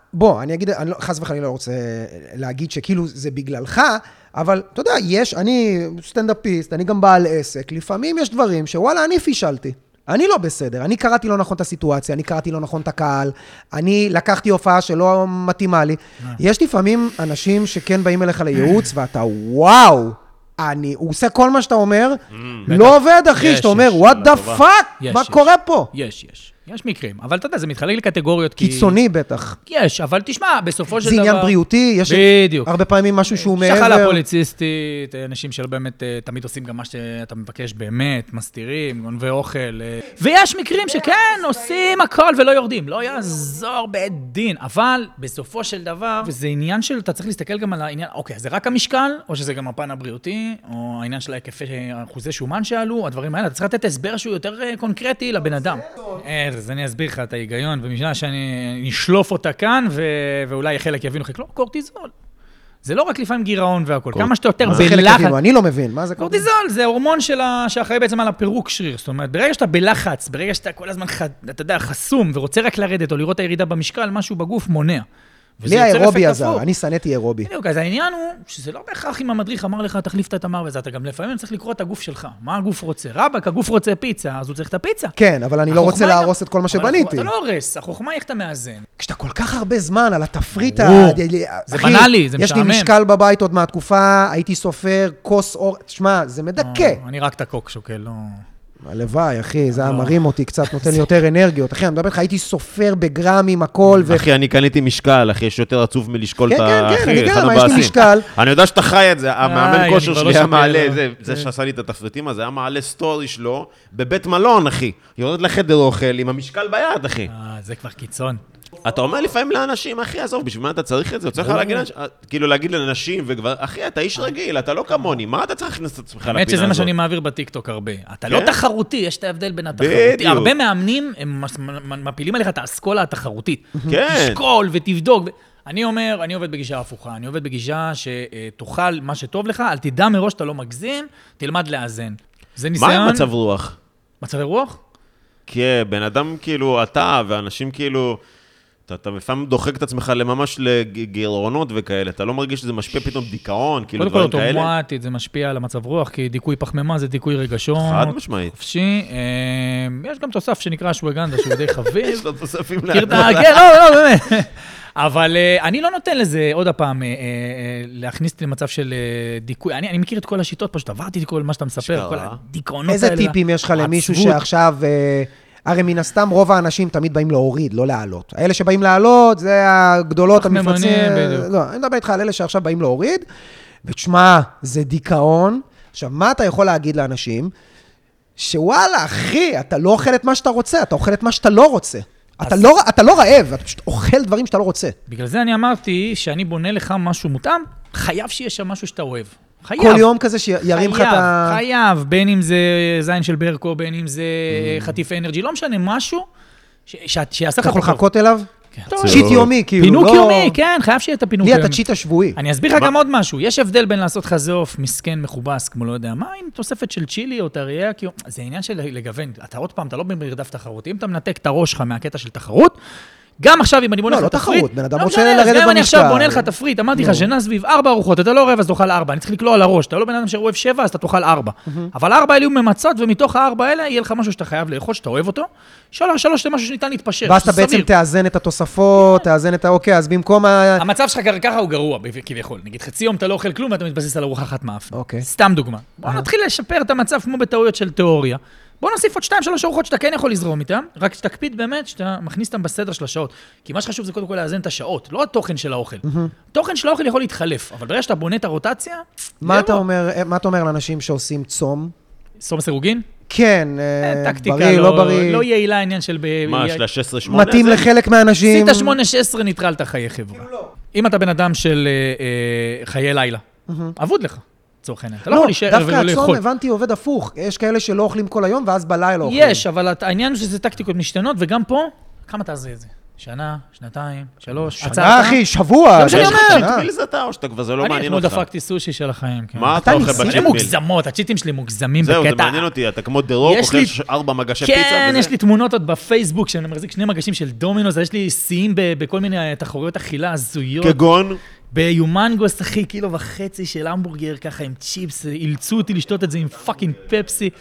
[SPEAKER 1] בוא, אני אגיד, חס וחלילה לא רוצה להגיד שכאילו זה בגללך, אבל אתה יודע, אני סטנדאפיסט, אני גם בעל עסק, לפעמים יש דברים שוואלה, אני פישלתי. אני לא בסדר, אני קראתי לא נכון את הסיטואציה, אני קראתי לא נכון את הקהל, אני לקחתי הופעה שלא מתאימה לי. יש לפעמים אנשים שכן באים אליך לייעוץ, ואתה וואו, הוא עושה כל מה שאתה אומר, לא עובד אחי, שאתה אומר, what the fuck, מה קורה פה?
[SPEAKER 3] יש מקרים, אבל אתה יודע, זה מתחלק לקטגוריות
[SPEAKER 1] קיצוני בטח.
[SPEAKER 3] יש, אבל תשמע, בסופו של דבר...
[SPEAKER 1] זה עניין בריאותי, יש הרבה פעמים משהו שהוא מעבר...
[SPEAKER 3] שחלה פוליציסטית, אנשים שלא באמת תמיד עושים גם מה שאתה מבקש באמת, מסתירים, גונבי אוכל, ויש מקרים שכן, עושים הכל ולא יורדים, לא יעזור בית דין, אבל בסופו של דבר, וזה עניין של, אתה צריך להסתכל גם על העניין, אוקיי, זה רק המשקל, או שזה גם הפן הבריאותי, או העניין של ההיקפי אחוזי שומן שעלו, הדברים האלה, אתה צריך לתת הסבר שהוא יותר קונקרטי לבן אדם. אז אני אסביר לך את ההיגיון, במשנה שאני נשלוף אותה כאן, ואולי חלק יבינו חלק, לא, קורטיזול. זה לא רק לפעמים גירעון והכל, כמה שאתה יותר בלחץ.
[SPEAKER 1] אני לא מבין, מה זה
[SPEAKER 3] קורטיזול? זה הורמון שאחראי בעצם על הפירוק שריר, זאת אומרת, ברגע שאתה בלחץ, ברגע שאתה כל הזמן, אתה יודע, חסום, ורוצה רק לרדת או לראות את הירידה במשקל, משהו בגוף מונע.
[SPEAKER 1] לי האירובי עזר, אני סנאתי אירובי.
[SPEAKER 3] בדיוק, אז העניין הוא שזה לא בהכרח אם המדריך אמר לך, תחליף את התמר וזה, אתה גם לפעמים צריך לקרוא את הגוף שלך. מה הגוף רוצה? רבק, הגוף רוצה פיצה, אז הוא צריך את הפיצה.
[SPEAKER 1] כן, אבל אני לא רוצה להרוס את כל מה שבניתי.
[SPEAKER 3] אתה לא הורס, החוכמה איך אתה מאזן.
[SPEAKER 1] כשאתה כל כך הרבה זמן על התפריט,
[SPEAKER 3] זה בנאלי, זה משעמם.
[SPEAKER 1] יש לי משקל בבית עוד מהתקופה, הייתי סופר, כוס אור, תשמע, זה מדכא.
[SPEAKER 3] אני רק את הקוק שוקל, לא...
[SPEAKER 1] הלוואי, אחי, זה מרים אותי קצת, נותן לי יותר אנרגיות. אחי, אני מדבר לך, הייתי סופר בגרמים, הכל.
[SPEAKER 2] אחי, אני קניתי משקל, אחי, יש יותר עצוב מלשקול את
[SPEAKER 1] ה... כן, אני גם, יש לי משקל.
[SPEAKER 2] אני יודע שאתה חי את זה, המאמן כושר שלי היה מעלה, זה שעשה לי את התפריטים הזה, היה מעלה סטורי שלו, בבית מלון, אחי. יורד לחדר אוכל עם המשקל ביד, אחי.
[SPEAKER 3] זה כבר קיצון.
[SPEAKER 2] אתה אומר לפעמים לאנשים, אחי, עזוב, בשביל מה אתה צריך את זה? צריך להגיד לאנשים וגבר, אחי, אתה איש רגיל, אתה לא כמוני, מה אתה צריך להכניס את עצמך לפינה הזאת?
[SPEAKER 3] האמת שזה מה שאני מעביר בטיקטוק הרבה. אתה לא תחרותי, יש את ההבדל בין התחרותי. הרבה מאמנים, הם מפילים עליך את האסכולה התחרותית. תשקול ותבדוק. אני אומר, אני עובד בגישה הפוכה. אני עובד בגישה שתאכל מה שטוב לך, אל תדע מראש שאתה לא מגזים, תלמד לאזן. זה ניסיון...
[SPEAKER 2] מה עם מצב רוח?
[SPEAKER 3] מצב רוח?
[SPEAKER 2] כן, בן אדם כאילו, אתה ואנשים כאילו... אתה לפעמים דוחק את עצמך לממש לגירעונות וכאלה, אתה לא מרגיש שזה משפיע פתאום דיכאון, כאילו דברים כאלה?
[SPEAKER 3] קודם כל אוטומטית, זה משפיע על המצב רוח, כי דיכוי פחמימה זה דיכוי רגשות.
[SPEAKER 2] חד משמעית.
[SPEAKER 3] חופשי. יש גם תוסף שנקרא שווגנדה, שהוא די חביב.
[SPEAKER 2] יש לו תוספים להכל.
[SPEAKER 3] כן, לא, באמת. אבל אני לא נותן לזה עוד הפעם להכניס אותי למצב של דיכוי. אני מכיר את כל השיטות, פשוט עברתי את כל מה שאתה מספר, כל הדיכאונות האלה.
[SPEAKER 1] איזה טיפים יש לך למישהו שעכשיו... הרי מן הסתם רוב האנשים תמיד באים להוריד, לא לעלות. האלה שבאים לעלות, זה הגדולות המפצים. לא, אני מדבר איתך על אלה שעכשיו באים להוריד, ותשמע, זה דיכאון. עכשיו, מה אתה יכול להגיד לאנשים? שוואלה, אחי, אתה לא אוכל את מה שאתה רוצה, אתה אוכל את מה שאתה לא רוצה. אתה לא רעב, אתה פשוט אוכל דברים שאתה לא רוצה.
[SPEAKER 3] בגלל זה אני אמרתי שאני בונה לך משהו מותאם, חייב שיש שם משהו שאתה אוהב. חייב.
[SPEAKER 1] כל יום כזה שירים לך את ה...
[SPEAKER 3] חייב, בין אם זה זין של ברקו, בין אם זה חטיף אנרג'י, לא משנה, משהו שיעשה לך...
[SPEAKER 1] אתה יכול לחכות אליו? צ'יט יומי, כאילו.
[SPEAKER 3] פינוק יומי, כן, חייב שיהיה את הפינוק יומי.
[SPEAKER 1] לי את הצ'יט השבועי.
[SPEAKER 3] אני אסביר לך גם עוד משהו. יש הבדל בין לעשות חזה עוף, מסכן, מחובס, כמו לא יודע מה, עם תוספת של צ'ילי או טריה, זה עניין של לגוון. אתה עוד פעם, אתה לא במרדף תחרות. אם אתה מנתק את הראש שלך מהקטע של תחרות, גם עכשיו, אם אני בונה לך תפריט... לא, לא תחרות,
[SPEAKER 1] בן אדם רוצה לרדת במשקל.
[SPEAKER 3] גם אני עכשיו בונה לך תפריט, אמרתי לך, שנה סביב 4 ארוחות, אתה לא אוהב, אז תאכל 4. אני צריך לקלוע על הראש, אתה לא בן אדם שאוהב 7, אז אתה תאכל 4. אבל 4 האלה יהיו ממצות, ומתוך ה4 האלה יהיה לך משהו שאתה חייב לאכול, שאתה אוהב אותו. 3 זה משהו שניתן להתפשר.
[SPEAKER 1] ואז אתה בעצם תאזן את התוספות, תאזן את אוקיי, אז במקום
[SPEAKER 3] המצב שלך ככה הוא גרוע, כביכול. נגיד, חצי יום אתה לא אוכל כלום, ואתה מתבסס על ארוחה אחת מאף. סתם דוגמה. בוא נתחיל לשפר את המצב כמו בטעויות של תיאוריה. בוא נוסיף עוד 2-3 ארוחות שאתה כן יכול לזרום איתם, רק שתקפיד באמת שאתה מכניס אותם בסדר של השעות. כי מה שחשוב זה קודם כל לאזן את השעות, לא התוכן של האוכל. התוכן של האוכל יכול להתחלף, אבל ברגע שאתה בונה את הרוטציה...
[SPEAKER 1] מה אתה אומר לאנשים שעושים צום?
[SPEAKER 3] צום סירוגין?
[SPEAKER 1] כן,
[SPEAKER 3] בריא, לא בריא. לא יעילה העניין של...
[SPEAKER 2] מה, של 16-8?
[SPEAKER 1] מתאים לחלק מהאנשים...
[SPEAKER 3] עשית 8-16 ניטרל את החיי חברה. אם אתה בן אדם של חיי לילה, עבוד לך. אתה לא יכול להישאר ולא לאכול.
[SPEAKER 1] דווקא הצום, הבנתי, עובד הפוך. יש כאלה שלא אוכלים כל היום, ואז בלילה אוכלים.
[SPEAKER 3] יש, אבל העניין הוא שזה טקטיקות משתנות, וגם פה, כמה תעשה את זה? שנה, שנתיים, 3,
[SPEAKER 1] שנה, אחי, שבוע.
[SPEAKER 3] זה מה שאני אומר.
[SPEAKER 2] צ'יטמיל זה אתה, או שאתה כבר, זה לא מעניין אותך.
[SPEAKER 3] אני אתמול דפקתי סושי של החיים.
[SPEAKER 2] מה אתה אוכל בצ'יטמיל?
[SPEAKER 3] זה מוגזמות, הצ'יטים שלי מוגזמים בקטע.
[SPEAKER 2] זהו, זה מעניין אותי, אתה כמו דרוק, אוכל 4 מגשי פיצה.
[SPEAKER 3] כן, יש לי תמונות עוד בפייסבוק, שאני מחזיק 2 מגשים של דומינוס, יש לי שיאים בכל מיני תחרויות אכילה הזויות.
[SPEAKER 2] כגון?
[SPEAKER 3] ביומנגוס, אחי, 1.5 קילו של המבורגר, ככה עם צ'יפס, אילצו אותי לשתות את זה עם פאקינג פפסי.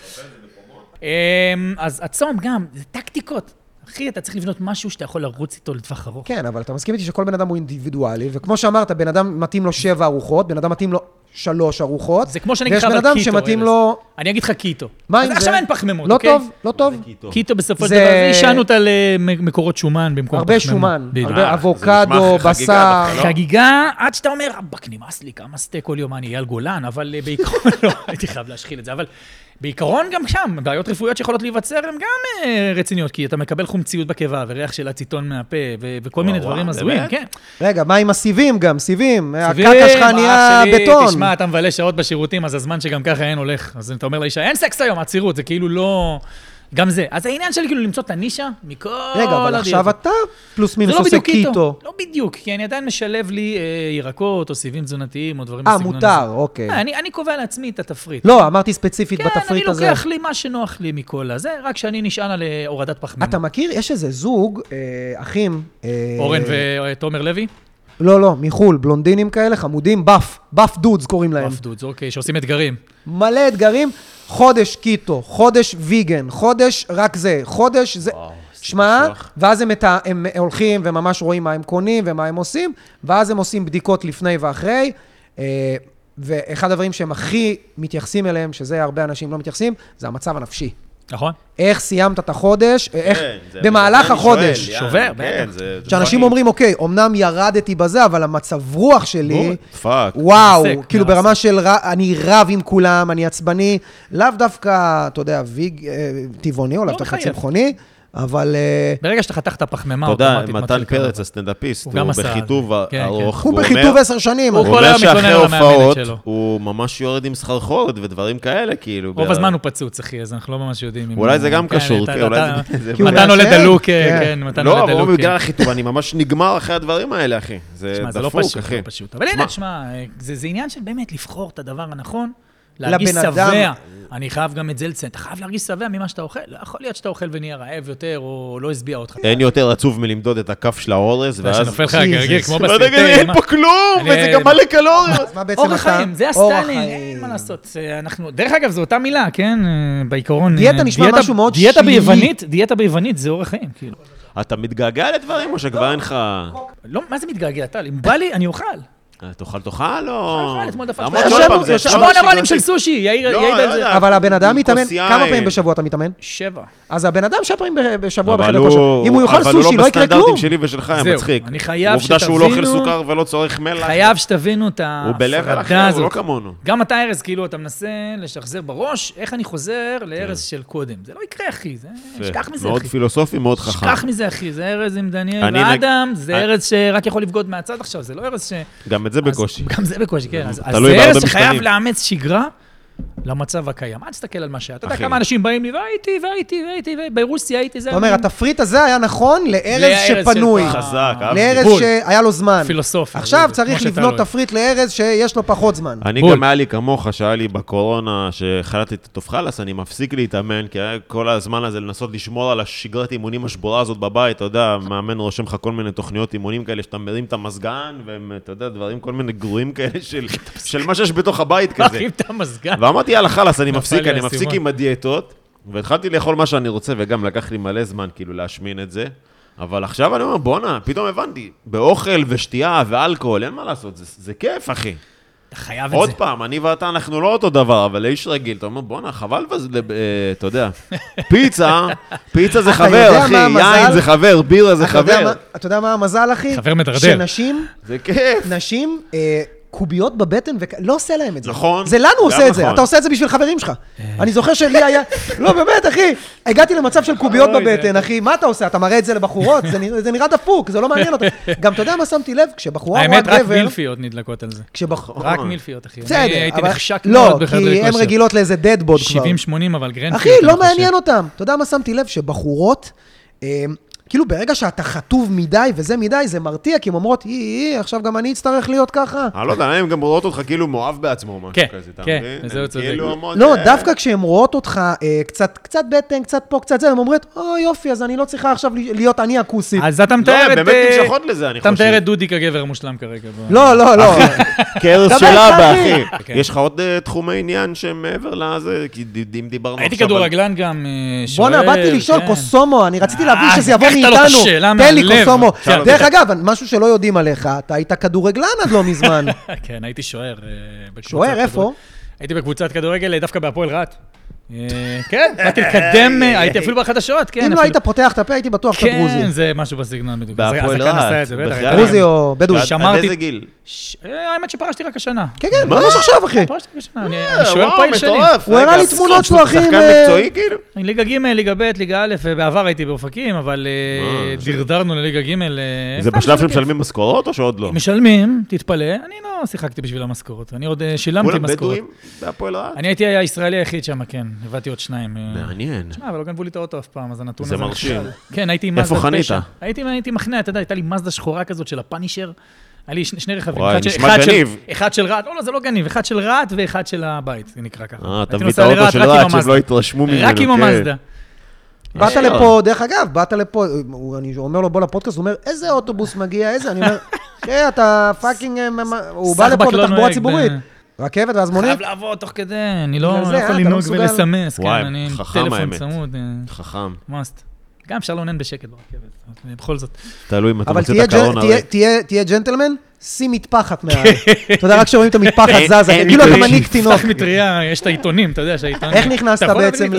[SPEAKER 3] אז הצום גם, זה טקטיקות. אחי, אתה צריך לבנות משהו שאתה יכול לרוץ איתו לטווח ארוך.
[SPEAKER 1] כן, אבל אתה מסכים איתי שכל בן אדם הוא אינדיבידואלי, וכמו שאמרת, בן אדם מתאים לו 7 ארוחות, בן אדם מתאים לו 3 ארוחות.
[SPEAKER 3] זה כמו שאני אגיד לך
[SPEAKER 1] אבל קיטו. ויש בן אדם שמתאים לו...
[SPEAKER 3] אני אגיד לך קיטו.
[SPEAKER 1] מה עם זה?
[SPEAKER 3] עכשיו אין פחמימות,
[SPEAKER 1] לא
[SPEAKER 3] אוקיי?
[SPEAKER 1] טוב, לא טוב.
[SPEAKER 3] קיטו בסופו של דבר, השענו אותה למקורות שומן במקום
[SPEAKER 1] הרבה שומן, הרבה אבוקדו, בשר.
[SPEAKER 3] חגיגה, עד שאתה אומר, בק, נמאס לי, כמה סטייק כל יום, אני אייל גולן, אבל בעיקרון לא, הייתי חייב להשחיל את זה, אבל בעיקרון גם שם, בעיות רפואיות שיכולות להיווצר הן גם רציניות, כי אתה מקבל חומציות בקיבה וריח של אציטון מהפה וכל מיני דברים הזויים, כן.
[SPEAKER 1] רגע, מה עם הסיבים גם? סיבים, הקקה שלך נהיה בטון.
[SPEAKER 3] תשמע, אתה מבלה שעות בשירותים, אז הזמן שגם ככה אין הולך. אז אתה אומר לאישה, אין סקס היום, עצירות, זה כאילו לא... גם זה. אז העניין שלי כאילו למצוא את הנישה מכל...
[SPEAKER 1] רגע, אבל עכשיו אתה פלוס מינוס עושה קיטו.
[SPEAKER 3] לא בדיוק, כי אני עדיין משלב לי ירקות או סיבים תזונתיים או דברים בסגנון הזה.
[SPEAKER 1] מותר, אוקיי.
[SPEAKER 3] אני קובע לעצמי את התפריט.
[SPEAKER 1] לא, אמרתי ספציפית בתפריט הזה.
[SPEAKER 3] כן, אני לוקח לי מה שנוח לי מכל הזה, רק שאני נשען על הורדת פחמימות.
[SPEAKER 1] אתה מכיר? יש איזה זוג, אחים...
[SPEAKER 3] אורן ותומר לוי?
[SPEAKER 1] לא, מחול, בלונדינים כאלה, חמודים, באף דודס קוראים להם.
[SPEAKER 3] באף דודס, אוקיי, שעושים אתגרים.
[SPEAKER 1] מלא אתגרים, חודש קיטו, חודש ויגן, חודש רק זה, חודש זה... שמע, ואז הם הולכים וממש רואים מה הם קונים ומה הם עושים, ואז הם עושים בדיקות לפני ואחרי, ואחד הדברים שהם הכי מתייחסים אליהם, שזה הרבה אנשים לא מתייחסים, זה המצב הנפשי.
[SPEAKER 3] נכון.
[SPEAKER 1] איך סיימת את החודש, איך במהלך החודש.
[SPEAKER 3] שובר, בטח.
[SPEAKER 1] שאנשים אומרים, אוקיי, אמנם ירדתי בזה, אבל המצב רוח שלי, וואו, כאילו ברמה של אני רב עם כולם, אני עצבני, לאו דווקא, אתה יודע, טבעוני או לאו דווקא צמחוני, אבל...
[SPEAKER 3] ברגע שאתה חתך את הפחמימה,
[SPEAKER 2] אתה יודע, מתן פרץ, הסטנדאפיסט, הוא בחיתוב ארוך.
[SPEAKER 1] הוא בחיתוב 10 שנים.
[SPEAKER 2] הוא אומר שאחרי הופעות, הוא ממש יורד עם סחרחורת ודברים כאלה, כאילו.
[SPEAKER 3] רוב הזמן הוא פצוץ, אחי, אז אנחנו לא ממש יודעים.
[SPEAKER 2] אולי זה גם קשור.
[SPEAKER 3] מתן עולה דלוק, כן, מתן עולה דלוק.
[SPEAKER 2] לא, אבל בגלל החיתוב, אני ממש נגמר אחרי הדברים האלה, אחי. זה דפוק, אחי.
[SPEAKER 3] אבל הנה, תשמע, זה עניין של באמת לבחור את הדבר הנכון. להרגיש שבע. אני חייב גם את זה לציין. אתה חייב להרגיש שבע ממה שאתה אוכל. לא יכול להיות שאתה אוכל ונהיה רעב יותר, או לא הסביע אותך.
[SPEAKER 2] אין יותר עצוב מלמדוד את הכף של האורז, ואז...
[SPEAKER 3] שנופל לך הגרגיר, כמו בסרטים.
[SPEAKER 2] אין פה כלום, וזה גם מלא קלוריות.
[SPEAKER 3] אורח חיים, זה הסטיילים, אין מה לעשות. דרך אגב, זו אותה מילה, כן? בעיקרון...
[SPEAKER 1] דיאטה נשמע משהו מאוד שלילי.
[SPEAKER 3] דיאטה ביוונית זה אורח חיים, כאילו.
[SPEAKER 2] אתה מתגעגע לדברים, או שכבר אין לך...
[SPEAKER 3] לא, מה זה מתגעגע? אם בא לי, אני אוכל.
[SPEAKER 2] תאכל או...
[SPEAKER 3] אתמול דפקתי. 8 רולים של סושי, יעיד על זה.
[SPEAKER 1] אבל הבן אדם מתאמן, כמה פעמים בשבוע אתה מתאמן?
[SPEAKER 3] 7.
[SPEAKER 1] אז הבן אדם 7 פעמים בשבוע בחדר כושר. אם הוא יאכל סושי, לא יקרה כלום.
[SPEAKER 2] אבל הוא לא בסטנדרטים שלי ושלך, היה מצחיק.
[SPEAKER 3] אני חייב
[SPEAKER 2] שתבינו... עובדה שהוא לא אוכל סוכר ולא צורך מלח.
[SPEAKER 3] חייב שתבינו את
[SPEAKER 2] ההפרדה הזאת. הוא לא כמונו.
[SPEAKER 3] גם אתה, ארז, כאילו, אתה מנסה לשחזר בראש, איך אני חוזר לארז של קודם. זה לא יקרה, אחי. שכח מזה, אחי.
[SPEAKER 2] מאוד פילוסופי, מאוד חכם.
[SPEAKER 3] שכח מזה, אחי. זה ארז עם דניאל ואדם, זה ארז שרק יכול לבגוד מהצד עכשיו. זה לא ארז ש...
[SPEAKER 2] גם את זה בקושי.
[SPEAKER 3] גם זה בקושי, כן. אז זה ארז שחייב לאמץ שגרה למצב הקיים. אל תסתכל על מה שהיה. אתה יודע כמה אנשים באים לי, והייתי, ברוסיה הייתי, זה...
[SPEAKER 1] אתה אומר, התפריט הזה היה נכון לארז שפנוי.
[SPEAKER 2] חזק,
[SPEAKER 1] לארז שהיה לו זמן.
[SPEAKER 3] פילוסופיה.
[SPEAKER 1] עכשיו צריך לבנות תפריט לארז שיש לו פחות זמן.
[SPEAKER 2] אני גם היה לי כמוך, שהיה לי בקורונה, שחלטתי את תופחלס, אני מפסיק להתאמן, כי היה כל הזמן הזה לנסות לשמור על השגרת אימונים השבורה הזאת בבית, אתה יודע, מאמן רושם לך כל מיני תוכניות אימונים כאלה, שאתה מרים את המזגן, ואתה יודע, דברים, כל מיני גרועים כאלה של מה שיש בתוך הבית כזה. ואמרתי, יאללה, חלאס, אני מפסיק עם הדיאטות, והתחלתי לאכול מה שאני רוצה, וגם לקח לי מלא זמן, כאילו, להשמין את זה. אבל עכשיו אני אומר, בונה, פתאום הבנתי, באוכל ושתייה ואלכוהול, אין מה לעשות, זה כיף, אחי.
[SPEAKER 3] אתה חייב את זה.
[SPEAKER 2] עוד פעם, אני ואתה, אנחנו לא אותו דבר, אבל איש רגיל, אתה אומר, בונה, חבל וזה, אתה יודע, פיצה זה חבר, אחי, יין זה חבר, בירה זה חבר.
[SPEAKER 1] אתה יודע מה המזל, אחי?
[SPEAKER 3] חבר מדרדר.
[SPEAKER 1] שנשים,
[SPEAKER 2] זה כיף.
[SPEAKER 1] נשים, קוביות בבטן, לא עושה להם את זה.
[SPEAKER 2] נכון.
[SPEAKER 1] זה לנו עושה את זה, אתה עושה את זה בשביל חברים שלך. אני זוכר שלי היה, לא באמת אחי, הגעתי למצב של קוביות בבטן, אחי, מה אתה עושה? אתה מראה את זה לבחורות, זה נראה דפוק, זה לא מעניין אותך. גם אתה יודע מה שמתי לב? כשבחורה רואה גבר...
[SPEAKER 3] האמת, רק מילפיות נדלקות על זה. רק מילפיות, אחי.
[SPEAKER 1] בסדר,
[SPEAKER 3] הייתי נחשק
[SPEAKER 1] לא,
[SPEAKER 3] מאוד בחדרי כושר.
[SPEAKER 1] כי הן רגילות לאיזה דדבוד כבר.
[SPEAKER 3] 70-80, אבל גרנפיות.
[SPEAKER 1] אחי, לא מעניין אותם. אתה יודע מה שמתי לב? שבחורות כאילו ברגע שאתה חטוב מדי וזה מדי, זה מרתיע, כי הן אומרות, עכשיו גם אני אצטרך להיות ככה.
[SPEAKER 2] לא יודע, הן גם רואות אותך כאילו מאוהב בעצמו, משהו כזה, אתה מבין?
[SPEAKER 3] כן, וזהו צודק.
[SPEAKER 1] לא, דווקא כשהן רואות אותך קצת בטן, קצת פה, קצת זה, הן אומרות, יופי, אז אני לא צריכה עכשיו להיות אני הכוסית.
[SPEAKER 3] אז אתה מתאר את...
[SPEAKER 2] באמת נמשכות לזה, אני חושב.
[SPEAKER 3] אתה מתאר את דודי כגבר המושלם כרגע.
[SPEAKER 1] לא.
[SPEAKER 2] קרס שלה, באחי. יש לך עוד תחומי עניין שהם מעבר לזה, כי אם דיברנו עכשיו...
[SPEAKER 3] הייתי כדורגלן גם שואל...
[SPEAKER 1] בוא'נה, באתי לשאול קוסומו, אני רציתי להבין שזה יבוא מאיתנו. תן לי קוסומו. דרך אגב, משהו שלא יודעים עליך, אתה היית כדורגלן עד לא מזמן.
[SPEAKER 3] כן, הייתי שוער.
[SPEAKER 1] שוער, איפה?
[SPEAKER 3] הייתי בקבוצת כדורגל, דווקא בהפועל רעת. כן, באתי לקדם, הייתי אפילו בחדשות, כן.
[SPEAKER 1] אם לא היית פותח את הפה, הייתי בטוח שאתה דרוזי.
[SPEAKER 3] כן, זה משהו בסגנון בדיוק.
[SPEAKER 2] בהפועל רעת.
[SPEAKER 1] דרוזי או בדואי.
[SPEAKER 2] עד איזה גיל?
[SPEAKER 3] האמת שפרשתי רק השנה.
[SPEAKER 1] כן, ממש עכשיו, אחי.
[SPEAKER 3] פרשתי רק השנה, אני שוער פעיל שנים.
[SPEAKER 1] הוא הראה לי תמונות שלו, אחי.
[SPEAKER 2] שחקן מקצועי, כאילו?
[SPEAKER 3] ליגה ג', ליגה ב', ליגה א', בעבר הייתי באופקים, אבל דרדרנו לליגה ג'.
[SPEAKER 2] זה בשלב שמשלמים משכורות או שעוד לא?
[SPEAKER 3] משלמים, תתפלא, אני לא שיחקתי בשביל המשכורות, אני עוד שילמתי משכורות.
[SPEAKER 2] כולם בדואים בהפועל רעת?
[SPEAKER 3] אני הייתי הישראלי היחיד שם, כן, הבאתי עוד שניים.
[SPEAKER 2] מעניין.
[SPEAKER 3] תשמע, אבל לא גנבו לי את האוטו אף פעם, אז הנתון הזה...
[SPEAKER 2] זה מרשים.
[SPEAKER 3] כן, הייתי עם מזדה 9.
[SPEAKER 2] איפה חנית?
[SPEAKER 3] הייתי מחנה, אתה יודע, הייתה לי מזדה שחורה כזאת של הפאנישר. היה לי שני רכבים.
[SPEAKER 2] וואי, נשמע גניב.
[SPEAKER 3] אחד של רעת, לא, זה לא גניב, אחד של רעת ואחד של הבית, זה נקרא ככה.
[SPEAKER 2] אתה מביא את האוטו של רעת, שהם לא התרשמו ממנו.
[SPEAKER 3] רק עם המזדה.
[SPEAKER 1] באת לפה, דרך אגב, באת לפה, אני אומר לו בוא לפודקאסט, הוא אומר, איזה אוטובוס מגיע, איזה, אני אומר, אתה פאקינג, הוא בא לפה בתחבורה ציבורית. רכבת ואז מונית?
[SPEAKER 3] חייב לעבוד תוך כדי, אני לא יכול לנהוג ולסמס,
[SPEAKER 2] וואי,
[SPEAKER 3] אני עם
[SPEAKER 2] חכם
[SPEAKER 3] טלפון
[SPEAKER 2] האמת.
[SPEAKER 3] צמוד.
[SPEAKER 2] חכם.
[SPEAKER 3] מאסט. גם אפשר לעונן בשקט ברכבת, בכל זאת.
[SPEAKER 2] תלוי אם אתה
[SPEAKER 1] אבל
[SPEAKER 2] מוצא את הקרון הרי.
[SPEAKER 1] תהיה ג'נטלמן, שים מטפחת מעל. אתה יודע, רק שרואים את המטפחת זזה, כאילו אתה מניק תינוק.
[SPEAKER 3] פתח מטריה, יש את העיתונים, אתה יודע שהעיתונים...
[SPEAKER 1] איך נכנסת בעצם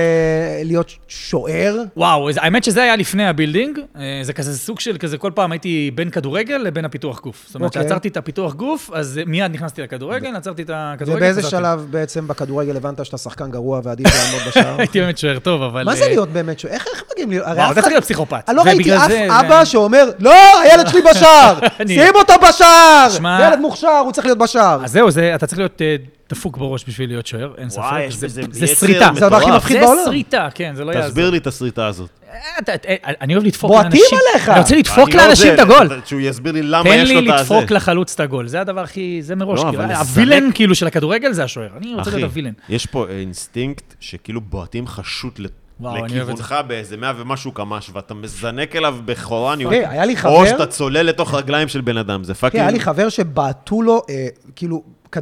[SPEAKER 1] להיות שוער?
[SPEAKER 3] וואו, האמת שזה היה לפני הבילדינג, זה כזה סוג של כזה, כל פעם הייתי בין כדורגל לבין הפיתוח גוף. זאת אומרת, שעצרתי את הפיתוח גוף, אז מיד נכנסתי לכדורגל, עצרתי את הכדורגל.
[SPEAKER 1] ובאיזה שלב בעצם בכדורגל הבנת שאתה שחקן גרוע ועדיף לעמוד בשער?
[SPEAKER 3] הייתי באמת שוער טוב, אבל...
[SPEAKER 1] מה זה להיות באמת שוער? איך מגיעים להיות?
[SPEAKER 3] וואו, אתה צריך להיות פסיכופת.
[SPEAKER 1] אני לא ראיתי אף אבא שאומר, לא, הילד שלי בשער, שים אותו בשער. ילד מוכשר, הוא צריך להיות בשער.
[SPEAKER 3] אז זהו, אתה צריך להיות דפוק בראש בשביל להיות שוער, אין ספק.
[SPEAKER 2] וואי,
[SPEAKER 3] זה שריטה.
[SPEAKER 1] זה הדבר הכי מפחיד בעולם.
[SPEAKER 3] זה שריטה, כן, זה לא יעזור.
[SPEAKER 2] תסביר לי את השריטה הזאת.
[SPEAKER 3] אני אוהב לדפוק לאנשים.
[SPEAKER 1] בועטים עליך.
[SPEAKER 3] אני רוצה לדפוק לאנשים את הגול.
[SPEAKER 2] שהוא יסביר לי למה יש לו את הזה.
[SPEAKER 3] תן לי לדפוק לחלוץ את הגול, זה הדבר הכי, זה מראש. הווילן כאילו של הכדורגל זה השוער, אני רוצה להיות הווילן.
[SPEAKER 2] יש פה אינסטינקט שכאילו בועטים חשוט לכיוונך באיזה 100 ומשהו קמ"ש, ואתה מזנק אליו בחורניות, או שאתה צולל לתוך רגליים של בן אדם, זה פאקינג...
[SPEAKER 1] היה לי חבר שבעטו לו, כאילו,